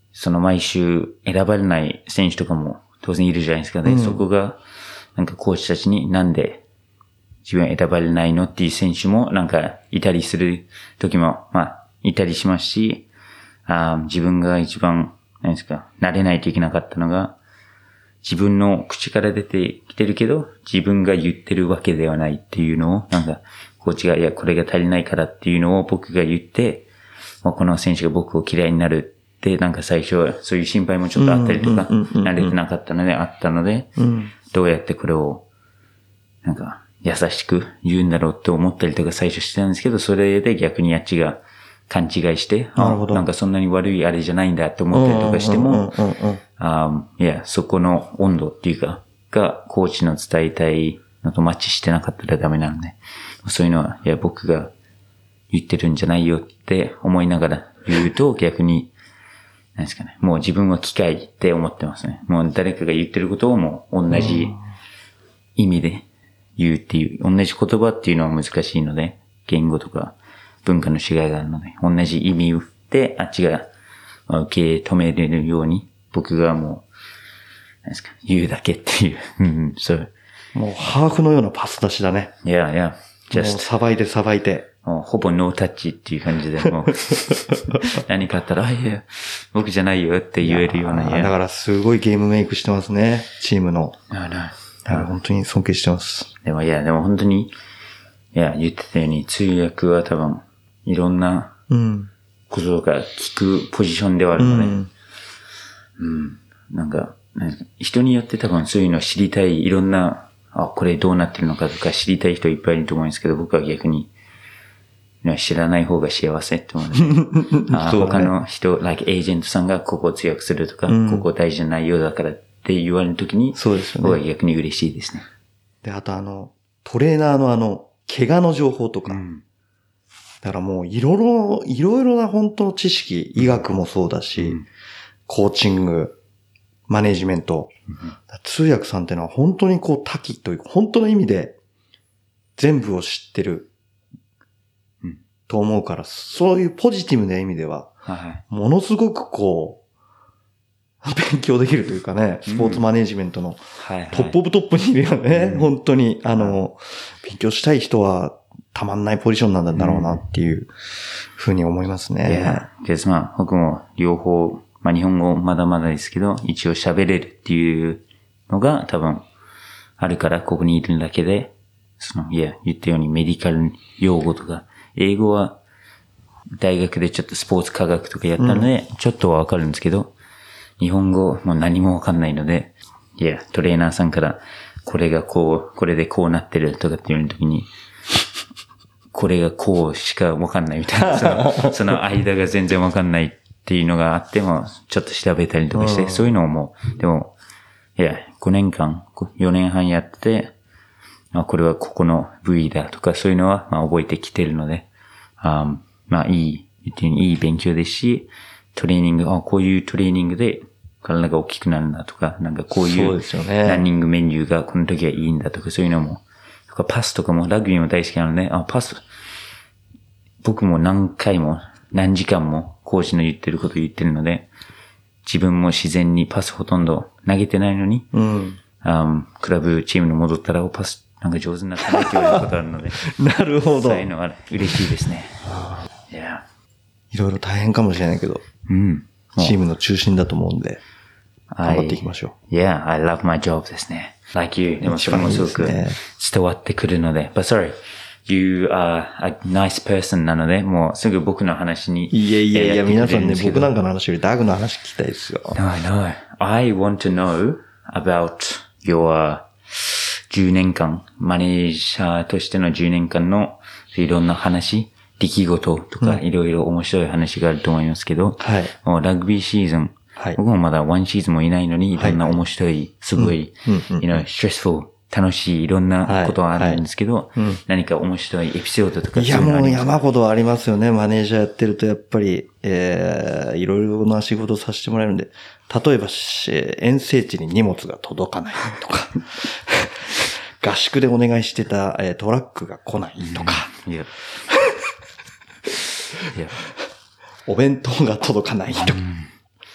その毎週選ばれない選手とかも当然いるじゃないですかね。うん、そこが、なんかコーチたちになんで自分選ばれないのっていう選手もなんかいたりする時も、まあ、いたりしますし、あ自分が一番、何ですか、慣れないといけなかったのが、自分の口から出てきてるけど、自分が言ってるわけではないっていうのを、なんか、コーチが、いや、これが足りないからっていうのを僕が言って、まあ、この選手が僕を嫌いになるって、なんか最初はそういう心配もちょっとあったりとか、慣れてなかったのであったので、うん、どうやってこれを、なんか、優しく言うんだろうって思ったりとか最初してたんですけど、それで逆にあっちが勘違いして、なるほど。なんかそんなに悪いあれじゃないんだって思ったりとかしても、あいや、そこの温度っていうか、がコーチの伝えたいのとマッチしてなかったらダメなんで、そういうのは、いや、僕が言ってるんじゃないよって思いながら言うと逆に、なんですかね、もう自分は機械って思ってますね。もう誰かが言ってることをもう同じ意味で言うっていう、同じ言葉っていうのは難しいので、言語とか文化の違いがあるので、同じ意味であっちが受け止めれるように、僕がもう、なんですか、言うだけっていう。うん、そう。 もうハーフのようなパス出しだね。 いやいや、 just もうさばいてさばいて。 もうほぼノータッチっていう感じで、もう何かあったら、あ、いや、僕じゃないよって言えるような。 いやだからすごいゲームメイクしてますね、チームの。 あら。 だから本当に尊敬してます。 でもいや、でも本当に、いや、言ってたように通訳は多分、いろんなことが聞くポジションではあるので、うん、うん、なんか、人によって多分そういうのを知りたい、いろんな、あ、これどうなってるのかとか知りたい人いっぱいいると思うんですけど、僕は逆に、知らない方が幸せって思うので、あ、他の人、like エージェントさんがここを強くするとか、うん、ここ大事な内容だからって言われるときに、 そうですよね。 僕は逆に嬉しいですね。 で、あとあの、トレーナーのあの、怪我の情報とか、うん、だからもういろいろ、いろいろな本当の知識、医学もそうだし、うん、コーチング、マネジメント、うん、通訳さんってのは本当にこう多岐というか、本当の意味で全部を知ってる、うん、と思うから、そういうポジティブな意味では、はい、ものすごくこう、勉強できるというかね、スポーツマネジメントのトップオブトップにいるよね、うん、本当に。あの、勉強したい人はたまんないポジションなんだろうなっていうふうに思いますね。 いや、です。まあ、僕も両方、まあ日本語まだまだですけど、一応喋れるっていうのが多分あるからここにいるだけで、その、いや、言ったようにメディカル用語とか、英語は大学でちょっとスポーツ科学とかやったので、ちょっとはわかるんですけど、日本語もう何もわかんないので、いや、トレーナーさんからこれがこう、これでこうなってるとかって言われるときに、これがこうしかわかんないみたいな、その、その間が全然わかんないっていうのがあっても、ちょっと調べたりとかして、そういうのをもう、でも、いや、ごねんかん、よねんはんやってて、まあ、これはここの部位だとか、そういうのは、まあ、覚えてきてるので、あまあ、いい、いい勉強ですし、トレーニング、あこういうトレーニングで体が大きくなるんだとか、なんかこういうランニングメニューがこの時はいいんだとか、そういうのも、とかパスとかもラグビーも大好きなので、あ、パス、僕も何回も何時間もコーチの言ってること言ってるので、自分も自然にパスほとんど投げてないのに、うん、あクラブチームに戻ったらパスなんか上手になったなって言われることあるので。 なるほど。 そういうのは嬉しいですね。いや。 いろいろ大変かもしれないけど、うん、チームの中心だと思うんで、頑張っていきましょう。Yeah, I love my job ですね。Like you. でもそれもすごく伝わってくるので。But sorry, you are a nice person なので、もうすぐ僕の話に。 いやいやいや、皆さんね、僕なんかの話よりダグの話聞きたいですよ。 No, no. I want to know about your じゅうねんかん、マネージャーとしてのじゅうねんかんのいろんな話、出来事とかいろいろ面白い話があると思いますけど、はい、もうラグビーシーズン、はい、僕もまだワンシーズンもいないのに、いろんな面白い、すごい、you know, stressful、楽しいいろんなことはあるんですけど、はいはいうん、何か面白いエピソードとかいやもう山ほどありますよね。マネージャーやってるとやっぱり、えー、いろいろな仕事をさせてもらえるんで、例えば、遠征地に荷物が届かないとか、合宿でお願いしてた、えー、トラックが来ないとか、うん、いやいやお弁当が届かないとか、うん、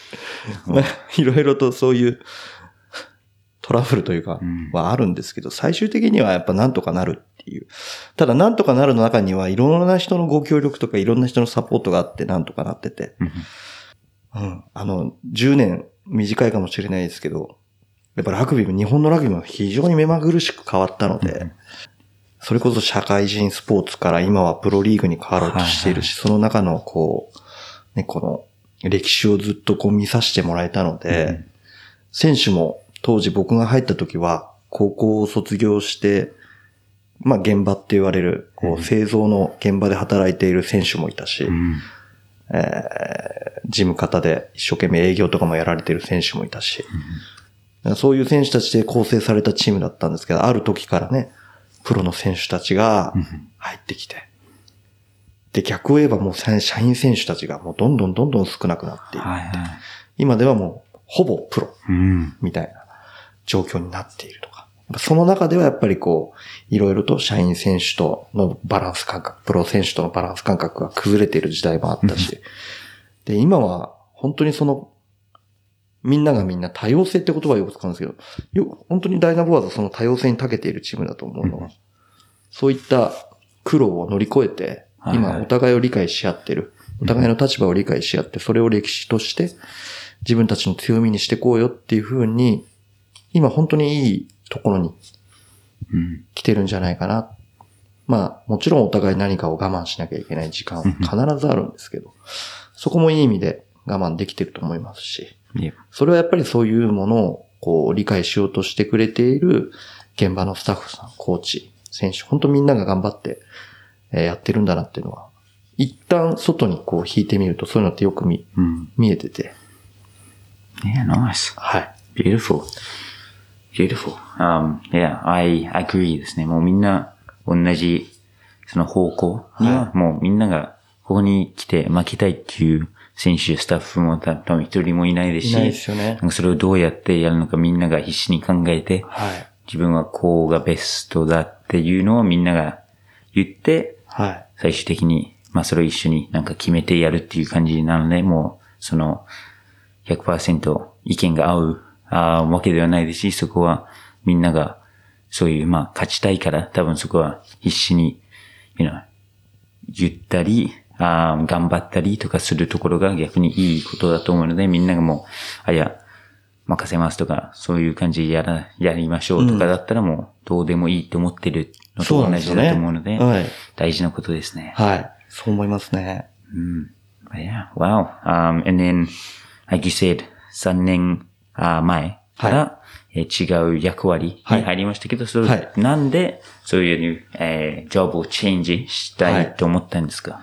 まあ、いろいろとそういうトラブルというかうん、 はあるんですけど、最終的にはやっぱなんとかなるっていう。ただなんとかなるの中にはいろんな人のご協力とかいろんな人のサポートがあってなんとかなってて。うん。あの、じゅうねん短いかもしれないですけど、やっぱラグビーも、日本のラグビーも非常に目まぐるしく変わったので、うん、それこそ社会人スポーツから今はプロリーグに変わろうとしているし、はいはい、その中のこう、ね、この歴史をずっとこう見させてもらえたので、うん、選手も当時僕が入った時は高校を卒業して、まあ現場って言われる、こう製造の現場で働いている選手もいたし、うんえー、事務方で一生懸命営業とかもやられている選手もいたし、うん、そういう選手たちで構成されたチームだったんですけど、ある時からね、プロの選手たちが入ってきて、で、逆を言えばもう社員選手たちがもうどんどんどんどん少なくなっていって、はいはい、今ではもうほぼプロみたいな状況になっているとか、その中ではやっぱりこう、いろいろと社員選手とのバランス感覚、プロ選手とのバランス感覚が崩れている時代もあったし、で、今は本当にその、みんながみんな多様性って言葉をよく使うんですけど、よ本当にダイナボアーズはその多様性に長けているチームだと思うのは、うん、そういった苦労を乗り越えて、今お互いを理解し合ってる、お互いの立場を理解し合って、それを歴史として自分たちの強みにしていこうよっていう風に、今本当にいいところに来てるんじゃないかな。うん、まあもちろんお互い何かを我慢しなきゃいけない時間は必ずあるんですけど、そこもいい意味で我慢できてると思いますし、それはやっぱりそういうものをこう理解しようとしてくれている現場のスタッフさん、コーチ、選手、本当みんなが頑張ってやってるんだなっていうのは、一旦外にこう引いてみるとそういうのってよく 見,、うん、見えてて。 Yeah, nice. はい。 Beautiful. Beautiful. Um, yeah, I agree ですね。もうみんな同じその方向には、もうみんながここに来て負けたいっていう選手、スタッフも多分一人もいないですし、 いないですよね。 なんかそれをどうやってやるのかみんなが必死に考えて、 はい、 自分はこうがベストだっていうのをみんなが言って、 はい、 最終的に、まあそれを一緒になんか決めてやるっていう感じなので、もうその ひゃくパーセント 意見が合うあわけではないですし、そこはみんながそういうまあ勝ちたいから多分そこは必死に、you know、言ったり、あ頑張ったりとかするところが逆にいいことだと思うので、みんながもう、あ、いや、任せますとか、そういう感じでやら、やりましょうとかだったらもう、どうでもいいと思ってるのと同じだと思うので、 そうなんですよね。はい、 大事なことですね。 はい。そう思いますね。 うん。Yeah, wow. Um, and then, like you said, さんねんまえから、はい、えー、違う役割に入りましたけど、はい、それ、はい、なんで、そういう、えー、ジョブをチェンジしたいと思ったんですか？はい、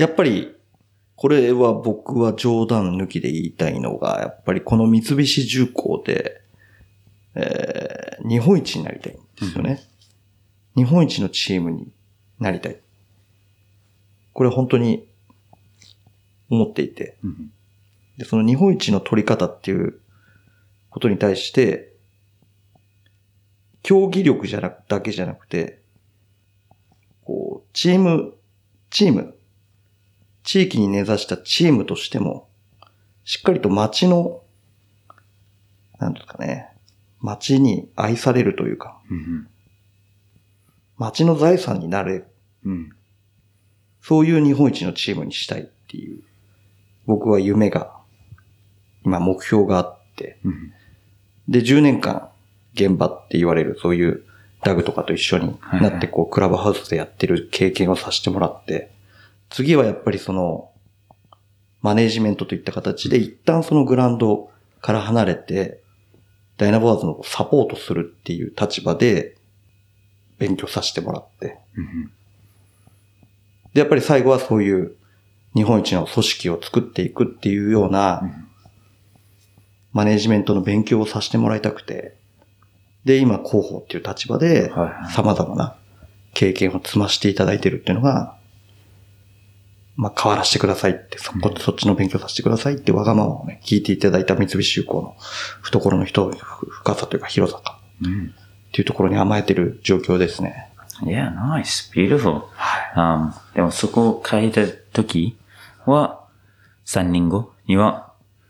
やっぱり、これは僕は冗談抜きで言いたいのが、やっぱりこの三菱重工で、えー、日本一になりたいんですよね。うん、日本一のチームになりたい。これ本当に思っていて、うん、でその日本一の取り方っていうことに対して、競技力じゃなく、だけじゃなくて、こう、チーム、チーム、地域に根ざしたチームとしても、しっかりと町の、なんですかね、町に愛されるというか、うん、町の財産になれる、うん、そういう日本一のチームにしたいっていう、僕は夢が、今目標があって、うん、で、じゅうねんかん現場って言われる、そういうダグとかと一緒になって、こう、クラブハウスでやってる経験をさせてもらって、次はやっぱりその、マネージメントといった形で一旦そのグラウンドから離れて、ダイナボアーズのサポートするっていう立場で勉強させてもらって。うん、で、やっぱり最後はそういう日本一の組織を作っていくっていうような、マネージメントの勉強をさせてもらいたくて、で、今広報っていう立場で様々な経験を積ましていただいてるっていうのが、まあ、変わらせてくださいって、そこ、そっちの勉強させてくださいってわがままをね、聞いていただいた三菱重工の懐の人、深さというか広さか、うん、っていうところに甘えてる状況ですね。 Yeah, nice, beautiful. はい。Um, でもそこを変えた時は、さんねんごには、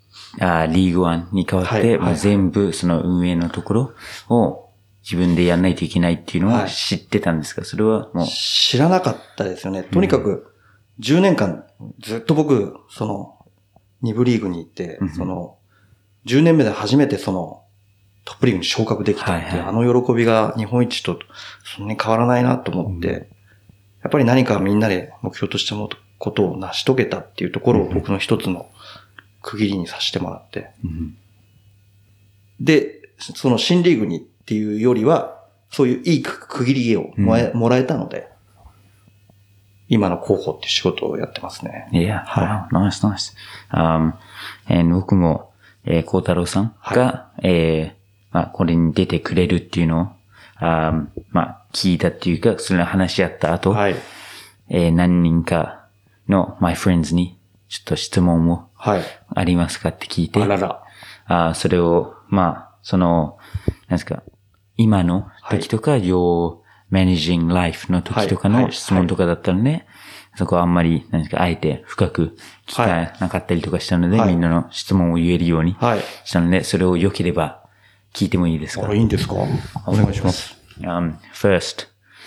あリーグワンに変わって、 はいはいはいもう全部その運営のところを自分でやんないといけないっていうのを知ってたんですか？それはもう。 知らなかったですよね。とにかく、じゅうねんかんずっと僕、その、に部リーグに行って、 うんその、じゅうねんめで初めてその、トップリーグに昇格できたっていう、 はいはいあの喜びが日本一とそんなに変わらないなと思って、うん、やっぱり何かみんなで目標としたことを成し遂げたっていうところを僕の一つの区切りにさせてもらって、うん、で、その新リーグにっていうよりは、そういういい区切りをもらえ、うん、もらえたので、今の広報っていう仕事をやってますね。 いや、はい。ナイスナイス。僕も、えー、孝太郎さんが、はい、えーまあ、これに出てくれるっていうのを、あまあ、聞いたっていうか、それの話し合った後、はい、えー、何人かの my friends に、ちょっと質問も、ありますかって聞いて、 はい、あらら。 あそれを、まあ、その、なんですか、今の時とか、your managing life の時とかの質問とかだったので、はいはい、そこはあんまり、なんですか、あえて深く聞かなかったりとかしたので、はい、みんなの質問を言えるようにしたので、それを良ければ、聞いてもいいですか？ あ、いいんですか？お願いします。 Um, first,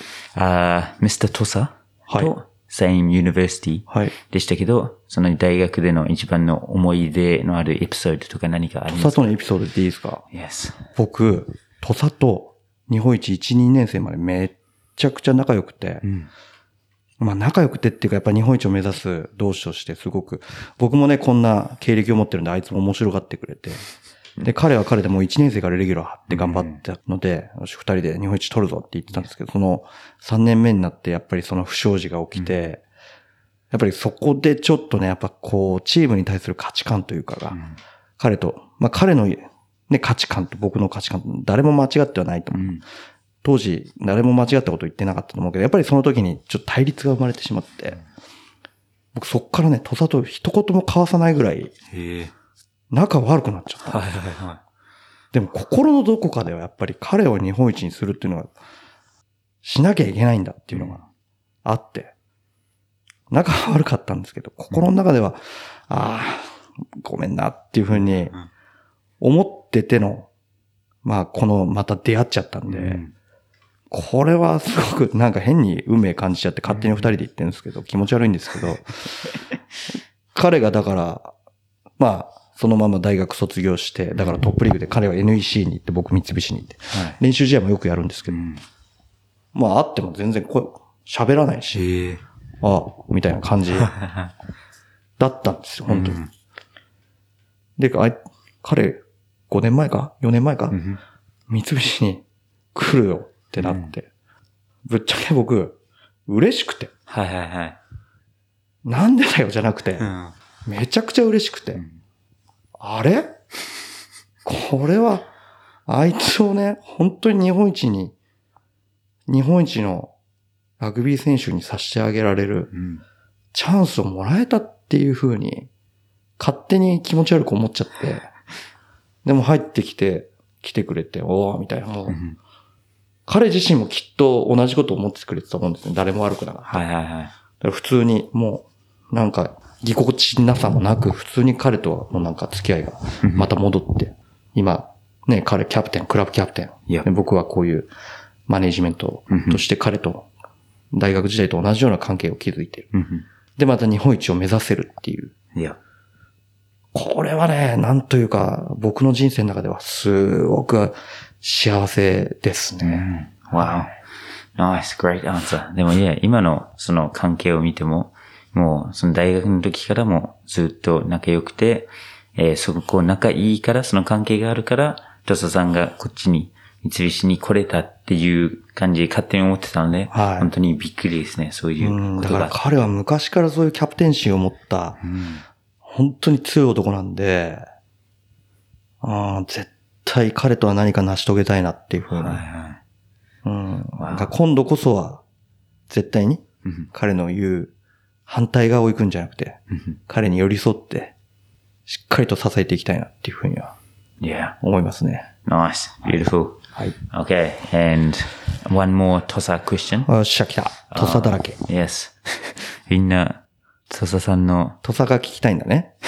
uh, ミスター Tosa と same university でしたけど、はい、その大学での一番の思い出のあるエピソードとか何かありますか？ トサとのエピソードでいいですか？ Yes. 僕、トサと日本一いち、にねん生までめっちゃくちゃ仲良くて、うん、まあ仲良くてっていうかやっぱ日本一を目指す同志としてすごく、僕もねこんな経歴を持ってるんであいつも面白がってくれて、で、彼は彼でもういちねん生からレギュラー張って頑張ったので、よし、ふたりで日本一取るぞって言ってたんですけど、そのさんねんめになってやっぱりその不祥事が起きて、やっぱりそこでちょっとね、やっぱこう、チームに対する価値観というかが、彼と、まあ彼のね、価値観と僕の価値観、誰も間違ってはないと思う。当時、誰も間違ったこと言ってなかったと思うけど、やっぱりその時にちょっと対立が生まれてしまって、僕そっからね、土佐と一言も交わさないぐらい、仲悪くなっちゃった。 はいはいはい。 でも心のどこかではやっぱり彼を日本一にするっていうのはしなきゃいけないんだっていうのがあって、仲は悪かったんですけど、心の中では、うん、ああ、ごめんなっていうふうに思ってての、まあこのまた出会っちゃったんで、うん、これはすごくなんか変に運命感じちゃって勝手に二人で言ってるんですけど、気持ち悪いんですけど、彼がだから、まあ、そのまま大学卒業して、だからトップリーグで彼は エヌイーシー に行って、僕三菱に行って、はい、練習試合もよくやるんですけど、うん、まあ会っても全然声、喋らないし、ああ、みたいな感じだったんですよ、本当に。うん、で、あ彼、ごねんまえか ?よねんまえか、うん、三菱に来るよってなって、うん、ぶっちゃけ僕、嬉しくて。 はいはいはい。 なんでだよじゃなくて、うん、めちゃくちゃ嬉しくて。うん、あれこれは、あいつをね、本当に日本一に、日本一のラグビー選手に差し上げられる、チャンスをもらえたっていう風に、勝手に気持ち悪く思っちゃって、でも入ってきて、来てくれて、おーみたいな、もう、うん、彼自身もきっと同じことを思ってくれてたと思うんですね。誰も悪くなかった。 はいはいはい。 だから普通に、もう、なんか、ぎこちなさもなく、普通に彼とはもうなんか付き合いがまた戻って、今、ね、彼キャプテン、クラブキャプテン。で僕はこういうマネジメントとして彼と大学時代と同じような関係を築いてる。で、また日本一を目指せるっていう。これはね、なんというか、僕の人生の中ではすごく幸せですね。 Wow. Nice, great answer. でもいや、今のその関係を見ても、もう、その大学の時からもずっと仲良くて、えー、そこ仲いいから、その関係があるから、土佐さんがこっちに、三菱に来れたっていう感じで勝手に思ってたので、はい、本当にびっくりですね、そういうことが。 だから彼は昔からそういうキャプテン心を持った、うん、本当に強い男なんで、あ絶対彼とは何か成し遂げたいなっていうふうに。はいはいうん、今度こそは、絶対に、彼の言う、反対側を行くんじゃなくて、彼に寄り添って、しっかりと支えていきたいなっていうふうには、思いますね。 Nice, beautiful. はい。 Okay, and one more Tosa question. よっしゃ、来た。土佐だらけ。 Yes. みんな、土佐さんの。 土佐が聞きたいんだね。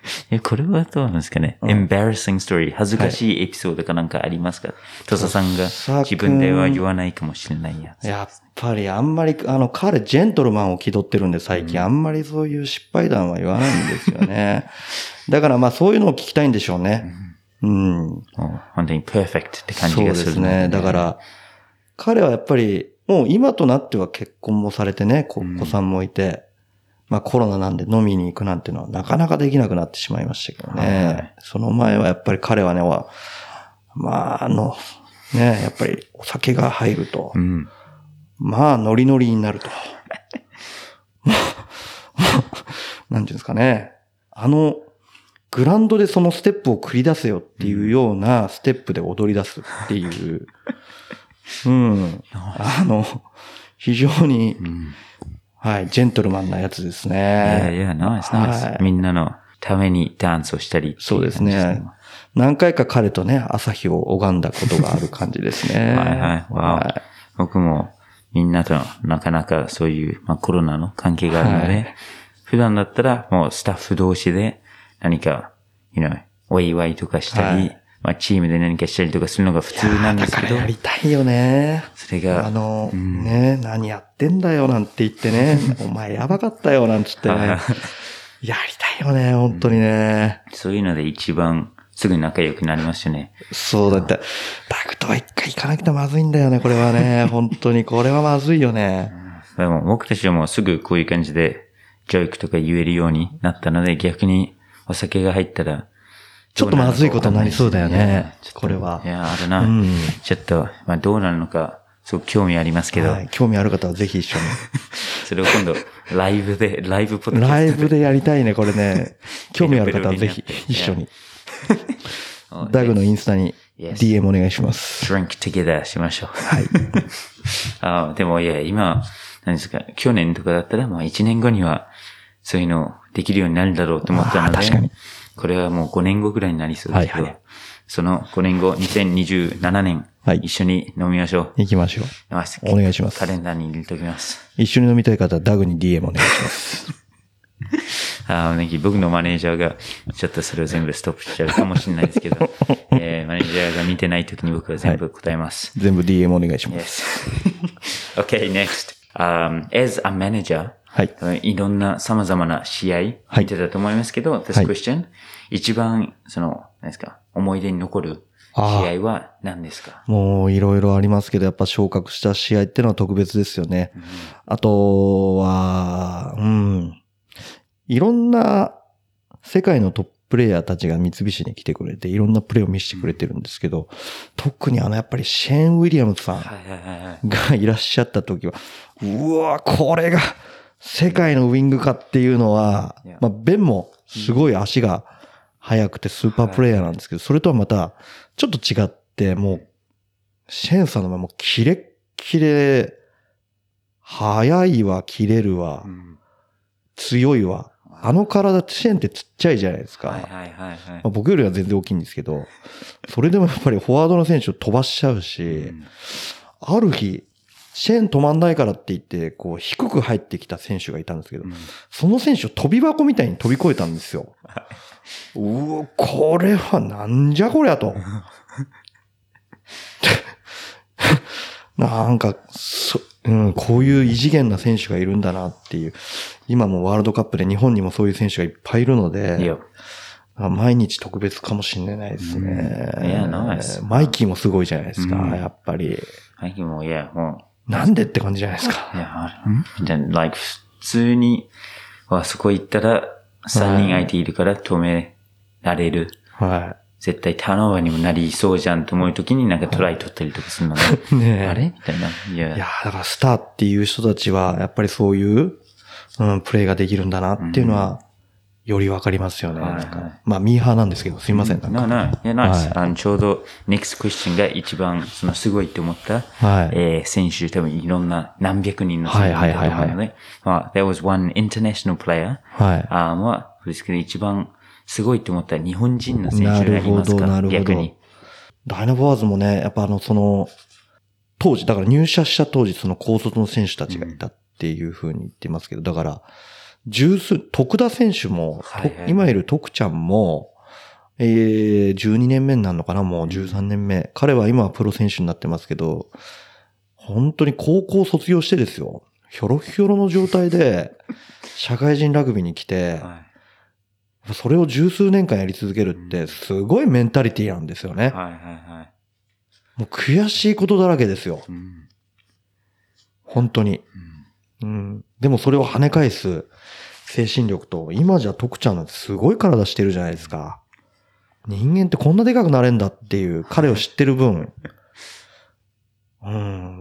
え、これはどうなんですかね、 うん、 embarrassing story 恥ずかしいエピソードかなんかありますか、土佐さんが自分では言わないかもしれないやつ。 やっぱりあんまり、あの、彼ジェントルマンを気取ってるんで最近、うん、あんまりそういう失敗談は言わないんですよね。だからまあそういうのを聞きたいんでしょうね。うん。うん、 本当にパーフェクトって感じがする、ね。 そうですね。だから、彼はやっぱり、もう今となっては結婚もされてね、お子さんもいて、うん、まあコロナなんで飲みに行くなんていうのはなかなかできなくなってしまいましたけどね。はい、その前はやっぱり彼はね、まああの、ね、やっぱりお酒が入ると、うん、まあノリノリになると。なんていうんですかね。あの、グラウンドでそのステップを繰り出せよっていうようなステップで踊り出すっていう。うん。あの、非常に、うん、はい、ジェントルマンなやつですね。 いやいや、ナイスナイス。みんなのためにダンスをしたり。 そうですね。何回か彼とね、朝日を拝んだことがある感じですね。 はいはい。わ、はい、僕もみんなとなかなかそういう、まあ、コロナの関係があるので、はい、普段だったらもうスタッフ同士で何か、you know、お祝いとかしたり、はい、まあチームで何かしたりとかするのが普通なんですけど。 だからやりたいよね。 それが。 あの、うん、ね、何やってんだよなんて言ってね、お前やばかったよなんつってね。やりたいよね、本当にね、 うん。そういうので一番すぐ仲良くなりますよね。 そうだって、ダグとは一回行かなきゃまずいんだよね、これはね。本当にこれはまずいよね。 うん、でも僕たちはもうすぐこういう感じで、ジョークとか言えるようになったので、逆にお酒が入ったら、 ちょっとまずいことになりそうだよね。これは。 いや、あるな。うん、ちょっと、まあどうなるのか、すごく興味ありますけど。はい、 興味ある方はぜひ一緒に。 それを今度、ライブで、ライブポッドキャストで。 ライブでやりたいね、これね。興味ある方はぜひ一緒に。ダグのインスタに ディーエム お願いします。 drink together しましょう。 はい。 あでもいや、今、何ですか、去年とかだったら、まあ一年後には、そういうのできるようになるだろうと思ったので、 確かに。 これはもうごねんごぐらいになりそうですけど、はいはい、そのごねんご、にせんにじゅうななねん、はい、一緒に飲みましょう。 行きましょう。お願いします。 カレンダーに入れておきます。 一緒に飲みたい方はダグに ディーエム お願いします。 ああ、僕のマネージャーがちょっとそれを全部ストップしちゃうかもしれないですけど、えー、マネージャーが見てないときに僕は全部答えます。 はい、全部 ディーエム お願いします。 Yes. Okay, next.、Um, as a manager, はい。いろんな様々な試合見てたと思いますけど、はい、this question、はい、一番、その、何ですか、思い出に残る試合は何ですか？ もういろいろありますけど、やっぱ昇格した試合っていうのは特別ですよね。うん、あとは、うん。いろんな世界のトッププレイヤーたちが三菱に来てくれて、いろんなプレーを見せてくれてるんですけど、うん、特にあのやっぱりシェーン・ウィリアムズさんがいらっしゃった時は、うわ、これが世界のウィングかっていうのは、まあ、ベンもすごい足が速くてスーパープレイヤーなんですけど、それとはまたちょっと違って、もう、シェーンさんの前もキレッキレ、速いわ、切れるわ、強いわ。あの体ってシェーンってちっちゃいじゃないですか。はいはいはいはい。まあ、僕よりは全然大きいんですけど、それでもやっぱりフォワードの選手を飛ばしちゃうし、うん、ある日、シェーン止まんないからって言って、こう低く入ってきた選手がいたんですけど、うん、その選手を飛び箱みたいに飛び越えたんですよ。うわ、これはなんじゃこりゃと。なんか、そ、うん、こういう異次元な選手がいるんだなっていう。今もワールドカップで日本にもそういう選手がいっぱいいるので、毎日特別かもしれないですね。 いや、ナイス。 マイキーもすごいじゃないですか、うん、やっぱり。 マイキーも、いや、もう。なんでって感じじゃないですか。 いや、じゃ、like、普通に、あそこ行ったら、さんにん相手いるから止められる。はい。絶対ターンオーバーにもなりそうじゃんと思うときになんかトライ取ったりとかするのね。ねあれみたいな。いや、 いやだからスターっていう人たちは、やっぱりそういう、うん、プレーができるんだなっていうのは、よりわかりますよね。なんかまあ、ミーハーなんですけど、すいません。なんか。 なな、いや、ナイス。あの、ちょうど、next question が一番、その、すごいって思った、はい、えー、選手、多分いろんな何百人の選手がいると思うので、まあ、there was one international player。はい。あまあ、ですけど一番、すごいと思った日本人の選手がいますか？なるほど、なるほど。逆に。 ダイナボアーズもね、やっぱあの、その、当時、だから入社した当時、その高卒の選手たちがいたっていう風に言ってますけど、だから、 十数、徳田選手も、 はいはい、 今いる徳ちゃんも、えー、じゅうにねんめになるのかな、もうじゅうさんねんめ。彼は今はプロ選手になってますけど、本当に高校卒業してですよ。ひょろひょろの状態で、社会人ラグビーに来て、はい、それを十数年間やり続けるって、すごいメンタリティなんですよね。はいはいはい。もう悔しいことだらけですよ。うん、本当に、うんうん。でもそれを跳ね返す精神力と、今じゃ徳ちゃんなんてすごい体してるじゃないですか。人間ってこんなでかくなれんだっていう彼を知ってる分、うん、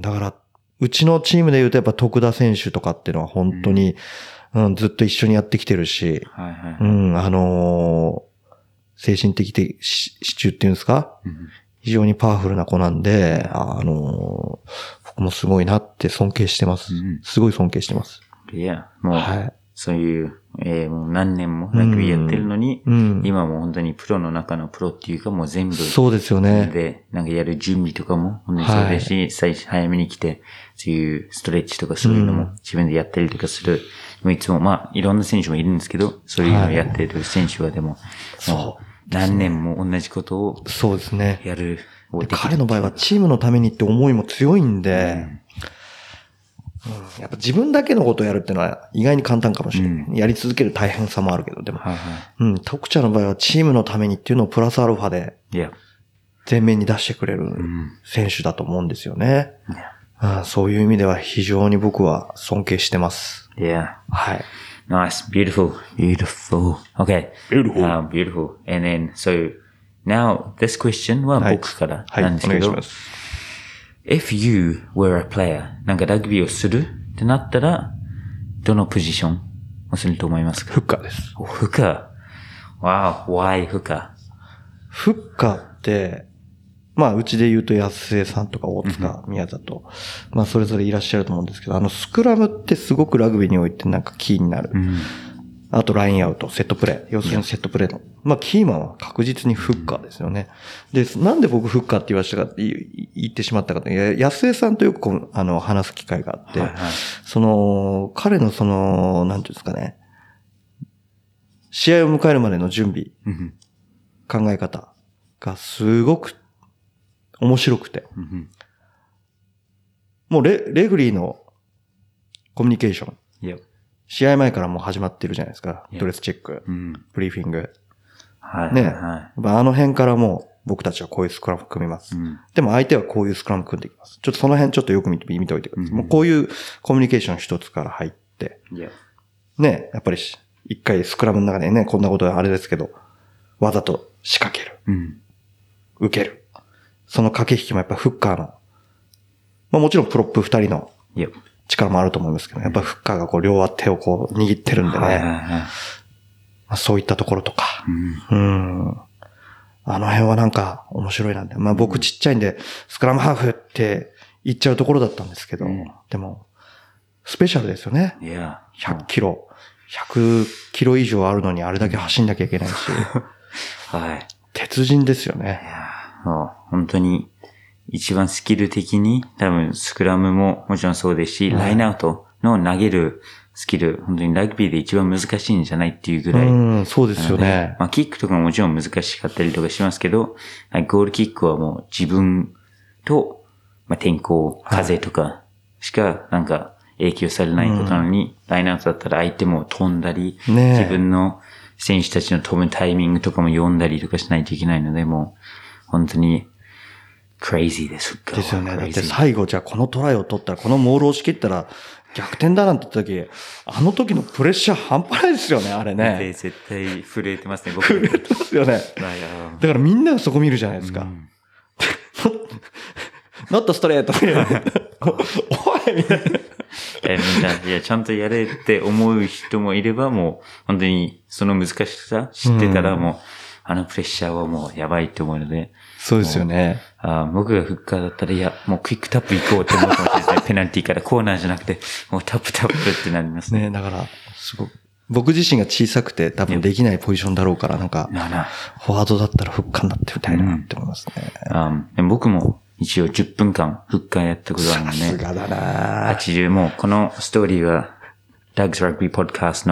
だから、うちのチームで言うとやっぱ徳田選手とかっていうのは本当に、うんうん、ずっと一緒にやってきてるし、はいはいはい、うん、あのー、精神的支柱っていうんですか、うん、非常にパワフルな子なんで、あのー、僕もすごいなって尊敬してます。うん、すごい尊敬してます。 いや、もう、はい、そういう、えー、もう何年もラグビーやってるのに、うん、今も本当にプロの中のプロっていうかもう全部。 そうですよね。 で、なんかやる準備とかも本当にそうですし、はい、最初早めに来て、そういうストレッチとかそういうのも自分でやったりとかする。うん、いつも、まあ、いろんな選手もいるんですけど、そういうのをやってる選手はでも、はい、何年も同じことを。 そうですね。 やる。 彼の場合はチームのためにって思いも強いんで、うんうん、やっぱ自分だけのことをやるっていうのは意外に簡単かもしれない。うん、やり続ける大変さもあるけど、でも。はいはい、うん、徳ちゃんの場合はチームのためにっていうのをプラスアルファで、前面に出してくれる選手だと思うんですよね。うんうん、そういう意味では非常に僕は尊敬してます。 Yeah. はい。 Nice. Beautiful. Beautiful. Okay. Beautiful. Um, beautiful. And then, so, now, this question は僕からなんですけど、はいはい、お願いします。If you were a player, なんかラグビーをするってなったら、どのポジションをすると思いますか？ フッカーです。 フッカー。Wow, why フッカー？ フッカーって、まあうちで言うと安江さんとか大塚、宮里、まあそれぞれいらっしゃると思うんですけど、あのスクラムってすごくラグビーにおいてなんかキーになる。うん、あとラインアウト、セットプレー。要するにセットプレーの。まあキーマンは確実にフッカーですよね。で、なんで僕フッカーって言わしたかって言ってしまったかって、安江さんとよくこうあの話す機会があって、はいはい、その、彼のその、なんていうんですかね、試合を迎えるまでの準備、うん、考え方がすごく面白くて、うん、もうレ、レグリーのコミュニケーション。Yep. 試合前からもう始まってるじゃないですか。Yep. ドレスチェック、うん、ブリーフィング。はい。ね、はい。あの辺からもう僕たちはこういうスクラム組みます。うん、でも相手はこういうスクラム組んでいきます。ちょっとその辺ちょっとよく見て、見ておいてください。うん、もうこういうコミュニケーション一つから入って。Yep. ね、やっぱり一回スクラムの中でね、こんなことはあれですけど、わざと仕掛ける。うん、受ける。その駆け引きもやっぱフッカーの、まあもちろんプロップ二人の力もあると思いますけど、やっぱフッカーがこう両手をこう握ってるんでね、はいはいはい、まあ、そういったところとか、うん、うんあの辺はなんか面白いなんで、まあ僕ちっちゃいんでスクラムハーフって言っちゃうところだったんですけど、うん、でもスペシャルですよね。 いや、 ひゃっキロ、ひゃくキロ以上あるのにあれだけ走んなきゃいけないし、はい、鉄人ですよね。 いや本当に一番スキル的に多分スクラムももちろんそうですし、はい、ラインアウトの投げるスキル、本当にラグビーで一番難しいんじゃないっていうぐらい。 うん、そうですよね。 まあキックとかももちろん難しかったりとかしますけど、ゴールキックはもう自分と、まあ、天候、風とかしかなんか影響されないことなのに、うん、ラインアウトだったら相手も飛んだり、ね、自分の選手たちの飛ぶタイミングとかも読んだりとかしないといけないので、もう本当にクレイジーです。 ですよね。だって最後じゃあこのトライを取ったら、このモールを押し切ったら逆転だなんて言った時、あの時のプレッシャー半端ないですよね、あれね。 絶対震えてますね、僕。 震えてますよね。だからみんながそこ見るじゃないですか。うん、ノットストレート。おいみたいな。 えみんな、いや、ちゃんとやれって思う人もいれば、もう、本当にその難しさ知ってたらもう、うん、あのプレッシャーはもうやばいと思うので。 そうですよね。 あ僕がフッカーだったら、いや、もうクイックタップ行こうって思うかもしれないですね。ペナルティからコーナーじゃなくて、もうタップタップってなりますね。 ね、だから、すごく、僕自身が小さくて多分できないポジションだろうから、なんか、フォワードだったらフッカーになってみたいなって思いますね。 うん、あでも僕も一応じゅっぷんかんフッカーやったことあるので、 さすがだなはちじゅうもうこのストーリーは、Doug's Rugby Podcast の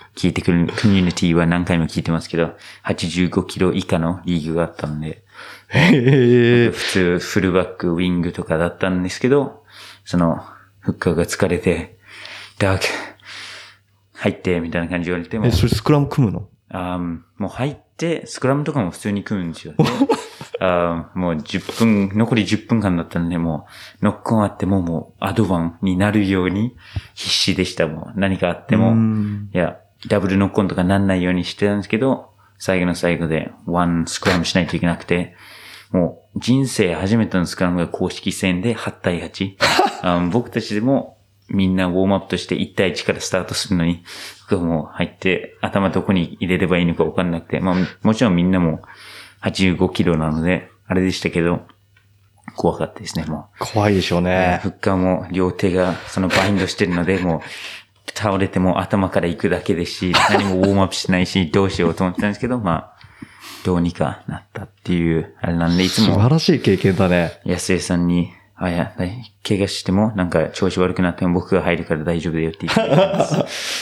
聞いてくるコミュニティは何回も聞いてますけど、はちじゅうごキロ以下のリーグがあったんで、 へー。 普通フルバック、ウィングとかだったんですけど、その、フッカーが疲れて、ダーク、入って、みたいな感じで言われても。 え、それスクラム組むの？ あもう入って、スクラムとかも普通に組むんですよ、ね。あもうじゅっぷん、残りじゅっぷんかんだったんで、もう、ノックオンあっても、もう、アドバンになるように必死でした。もう、何かあっても、いや、ダブルノックオンとかなんないようにしてたんですけど、最後の最後で、ワンスクラムしないといけなくて、もう、人生初めてのスクラムが公式戦ではちたいはち。あ僕たちでも、みんなウォームアップとしていち対いちからスタートするのに、僕はもう入って、頭どこに入れればいいのか分かんなくて、まあ、もちろんみんなもはちじゅうごキロなので、あれでしたけど、怖かったですね、もう。怖いでしょうね。 フッカーも両手がそのバインドしてるので、もう、倒れても頭から行くだけですし、何もウォームアップしないし、どうしようと思ってたんですけど、まあ、どうにかなったっていう、あれなんで、いつも。 素晴らしい経験だね。 安江さんに、あ、いや、怪我しても、なんか調子悪くなっても僕が入るから大丈夫だよって言ってます。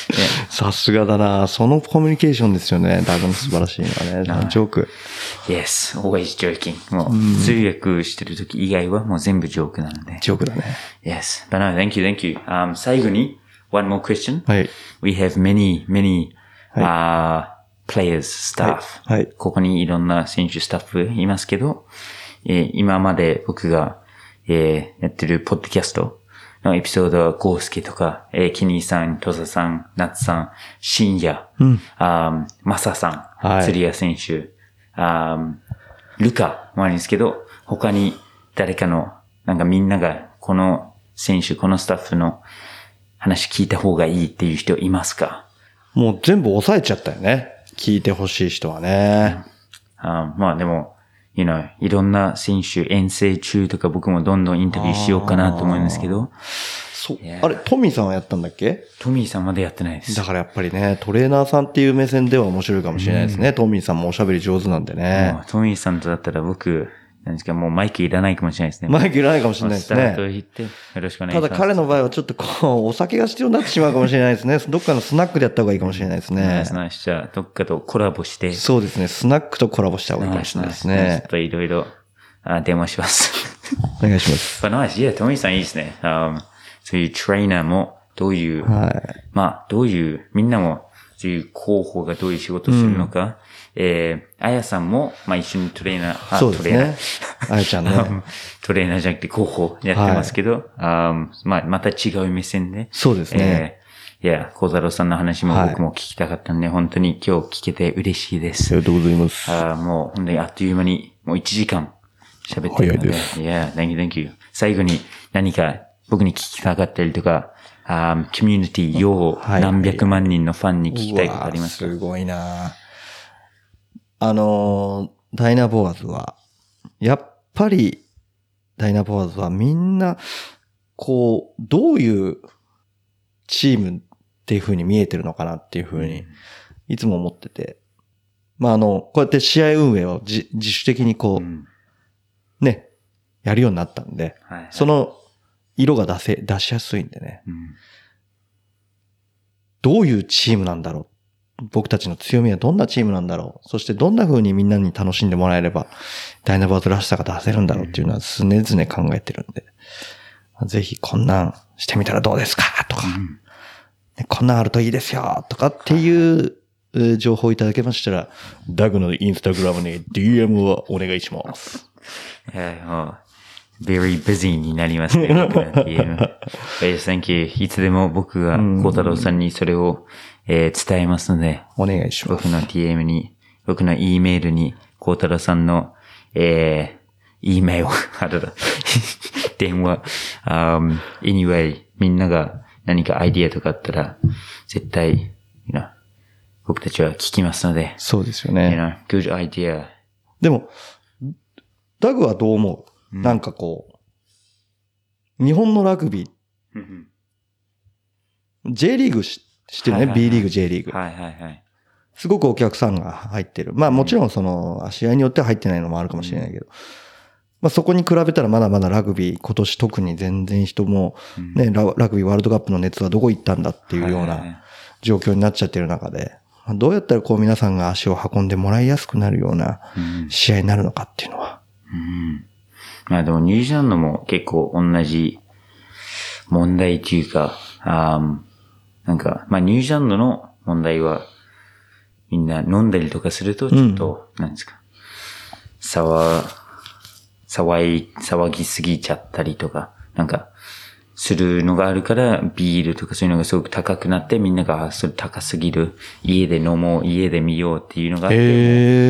さすがだな。そのコミュニケーションですよね。ダグの素晴らしいのはね。ジョーク。 Yes, always joking. もう、通訳してる時以外はもう全部ジョークなので。 ジョークだね。 Yes. But no, thank you, thank you. Um, 最後に、one more question. はい。 We have many, many, はい、 uh, players, staff. はい。はい、 ここにいろんな選手、スタッフいますけど、えー、今まで僕がえー、やってるポッドキャストのエピソードは、ゴースケとか、えー、キニーさん、トサさん、ナツさん、シンヤ、 うん、 あマサさん、はい、釣り屋選手、あルカもあるんですけど、他に誰かの、なんかみんながこの選手、このスタッフの話聞いた方がいいっていう人いますか？ もう全部抑えちゃったよね。聞いてほしい人はね。 うん、あまあでも、You know, いろんな選手、遠征中とか僕もどんどんインタビューしようかなと思うんですけど。 そう。あれ、トミーさんはやったんだっけ？ トミーさんまでやってないです。 だからやっぱりね、トレーナーさんっていう目線では面白いかもしれないですね。うん、トミーさんもおしゃべり上手なんでね。 トミーさんとだったら僕、なんですか、もうマイクいらないかもしれないですね。 マイクいらないかもしれないですね。 スタート行って、よろしくお願いします。 ただ彼の場合はちょっとこう、お酒が必要になってしまうかもしれないですね。どっかのスナックでやった方がいいかもしれないですね。 スナックじゃあ、どっかとコラボして。 そうですね。スナックとコラボした方がいいかもしれないですね。 ちょっといろいろ。あ、電話します。 お願いします。 But nice. Yeah, トミーさんいいですね。Um, そういうトレーナーも、どういう、 はい、 まあ、どういう、みんなも、そういう広報がどういう仕事をするのか。うん、えー、あやさんも、まあ一緒にトレーナー、あ、 そうですね、 トレーナー。 あやちゃんね。 トレーナーじゃなくて広報やってますけど、はい、あまあ、また違う目線で。 そうですね。 えー、いや、小太郎さんの話も僕も聞きたかったんで、はい、本当に今日聞けて嬉しいです。 ありがとうございます。 あもう本当にあっという間に、もういちじかん。喋ってるので。いや、thank you, thank you. 最後に何か僕に聞きたかったりとか、あコミュニティ、よう何百万人のファンに聞きたいことありますか？ すごいなあの、ダイナボアズは、やっぱり、ダイナボアズはみんな、こう、どういうチームっていう風に見えてるのかなっていう風に、いつも思ってて。まあ、あの、こうやって試合運営を自自主的にこう、うんね、やるようになったんで、はいはい、その色が出せ、出しやすいんでね、うん。どういうチームなんだろう。僕たちの強みはどんなチームなんだろう。そしてどんな風にみんなに楽しんでもらえれば、ダイナバーズらしさが出せるんだろうっていうのは常々考えてるんで、うん、ぜひこんなんしてみたらどうですかとか、うんね、こんなんあるといいですよとかっていう情報をいただけましたら、ダグのインスタグラムに ディーエム をお願いします。 いや、もう、very busy になりますね。Yes, thank you. いつでも僕が小太郎さんにそれを、えー、伝えますので、 お願いします。 僕の ディーエム に、僕の E メールに小太郎さんの、えー、E メール、あれだ、電話、um, anyway、みんなが何かアイディアとかあったら、絶対、you know、僕たちは聞きますので。 そうですよね。 You know, good idea. でも、ダグはどう思う、うん、なんかこう、日本のラグビー、うん、J リーグししてるね、はいはいはい、B リーグ、J リーグ。 はいはいはい。 すごくお客さんが入ってる。まあもちろんその、試合によっては入ってないのもあるかもしれないけど、うん、まあそこに比べたらまだまだラグビー、今年特に全然人も、ね、うん、ラグビーワールドカップの熱はどこ行ったんだっていうような状況になっちゃってる中で、どうやったらこう皆さんが足を運んでもらいやすくなるような試合になるのかっていうのは。 うん。まあでもニュージーランドも結構同じ問題というか、あなんか、まあニュージーランドの問題はみんな飲んだりとかするとちょっと、うん、なんですか、騒、騒い、騒ぎすぎちゃったりとか、なんか、するのがあるから、ビールとかそういうのがすごく高くなって、みんなが、それ高すぎる、家で飲もう、家で見ようっていうのがあって、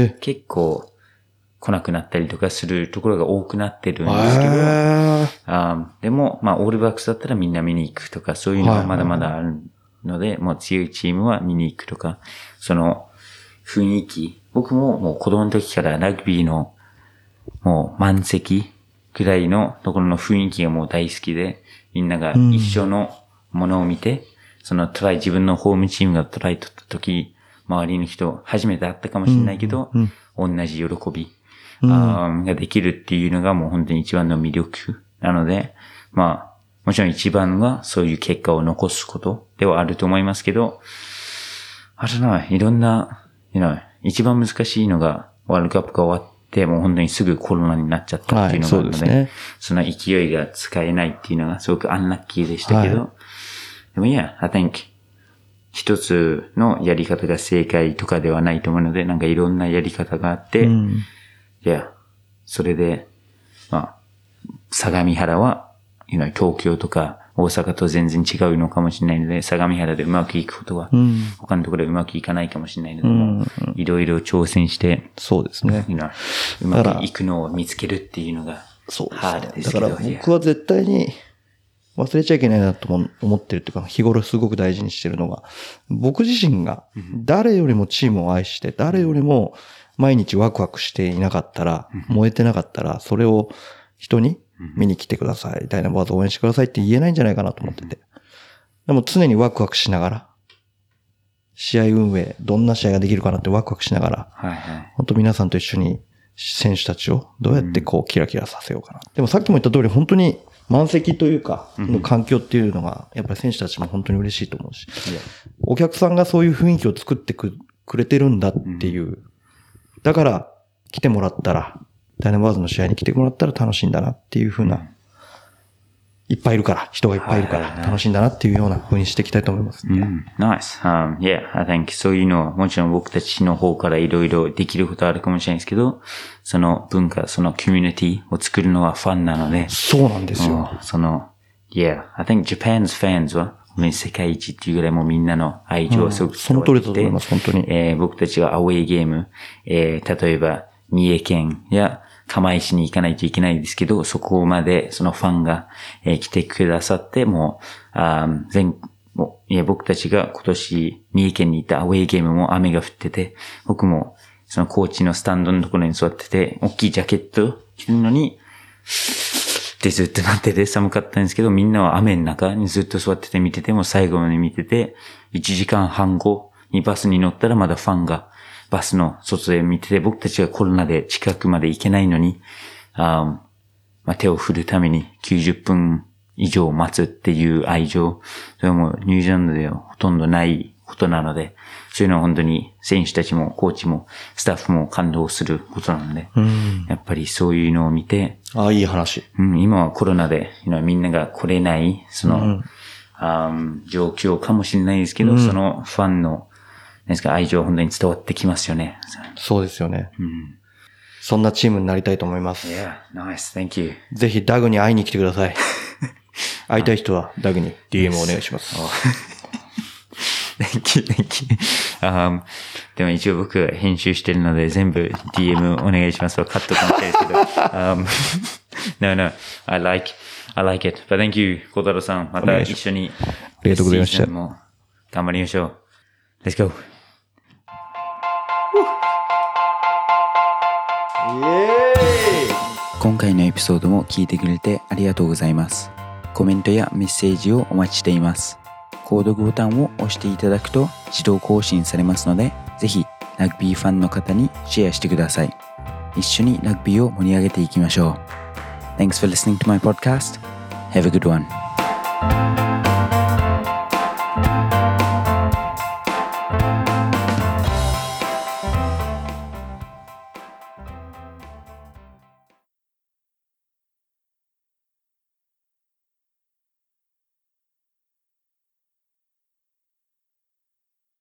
結構来なくなったりとかするところが多くなってるんですけど、あでも、まあ、オールバックスだったらみんな見に行くとか、そういうのがまだまだあるので、もう強いチームは見に行くとか、その雰囲気、僕ももう子供の時からラグビーのもう満席くらいのところの雰囲気がもう大好きで、みんなが一緒のものを見て、うん、そのトライ、自分のホームチームがトライ取った時、周りの人、初めて会ったかもしれないけど、うんうん、同じ喜び、うん、あができるっていうのがもう本当に一番の魅力なので、まあ、もちろん一番はそういう結果を残すことではあると思いますけど、あれな、いろんな、you know、一番難しいのがワールドカップが終わって、で、もう本当にすぐコロナになっちゃったっていうのがあるので、はい、 そうですね、その勢いが使えないっていうのがすごくアンラッキーでしたけど、はい、でもいや、I think 一つのやり方が正解とかではないと思うので、なんかいろんなやり方があって、うん、いや、それで、まあ、相模原は、you know、東京とか大阪と全然違うのかもしれないので、相模原でうまくいくことは、うん、他のところでうまくいかないかもしれないので、うんうん、いろいろ挑戦して、 そうですね。 you know、うまくいくのを見つけるっていうのが、 そうですね。だから僕は絶対に忘れちゃいけないなと思ってるっていうか、日頃すごく大事にしてるのが、僕自身が誰よりもチームを愛して、誰よりも毎日ワクワクしていなかったら、燃えてなかったら、それを人に見に来てください、ダイナボーズ応援してくださいって言えないんじゃないかなと思ってて。でも常にワクワクしながら、試合運営、どんな試合ができるかなってワクワクしながら、はいはい、本当皆さんと一緒に選手たちをどうやってこうキラキラさせようかな。うん、でもさっきも言った通り本当に満席というか、の環境っていうのが、やっぱり選手たちも本当に嬉しいと思うし、うん、お客さんがそういう雰囲気を作ってく、くれてるんだっていう、うん、だから来てもらったら、ダイナボーズの試合に来てもらったら楽しいんだなっていう風な、うん、いっぱいいるから、人がいっぱいいるから楽しいんだなっていうような風にしていきたいと思います、ね。うん、 nice. Um, yeah, I think そういうのはもちろん僕たちの方からいろいろできることあるかもしれないですけど、その文化、そのコミュニティを作るのはファンなので。 そうなんですよ。 その、yeah, I think Japan's fans は世界一っていうぐらいもうみんなの愛情をすごく伝わってきて、うん、その通りだと思います、本当に。えー、僕たちがアウェイゲーム、えー、例えば三重県や釜石に行かないといけないですけど、そこまでそのファンが、えー、来てくださって、もう、あ全もういや僕たちが今年三重県に行ったアウェイゲームも雨が降ってて、僕もそのコーチのスタンドのところに座ってて、大きいジャケット着るのに、ってずっとなってて寒かったんですけど、みんなは雨の中にずっと座ってて見てて、も最後まで見てて、いちじかんはん後にバスに乗ったらまだファンがバスの外で見てて、僕たちがコロナで近くまで行けないのに、あまあ、手を振るためにきゅうじゅっぷん以上待つっていう愛情、それはもうニュージーランドではほとんどないことなので、そういうのは本当に選手たちもコーチもスタッフも感動することなので、うん、やっぱりそういうのを見て、 ああ、いい話。 うん、今はコロナで、you know、みんなが来れない、その、うんあ状況かもしれないですけど、うん、そのファンの、なんですか、愛情は本当に伝わってきますよね。 そうですよね。うん、そんなチームになりたいと思います。 Yeah, nice, thank you. ぜひダグに会いに来てください。会いたい人はダグに ディーエム をお願いします。 Thank you, thank you. Um, でも一応僕は編集してるので全部 ディーエム お願いします。カットかもしれないですけど。um, no, no, I like, I like it. But thank you, 小太郎さん。また一緒に。 ありがとうございました。 も頑張りましょう。Let's go. イエーイ！ 今回のエピソードも聞いてくれてありがとうございます。コメントやメッセージをお待ちしています。購読ボタンを押していただくと自動更新されますので、ぜひラグビーファンの方にシェアしてください。一緒にラグビーを盛り上げていきましょう。Thanks for listening to my podcast. Have a good one.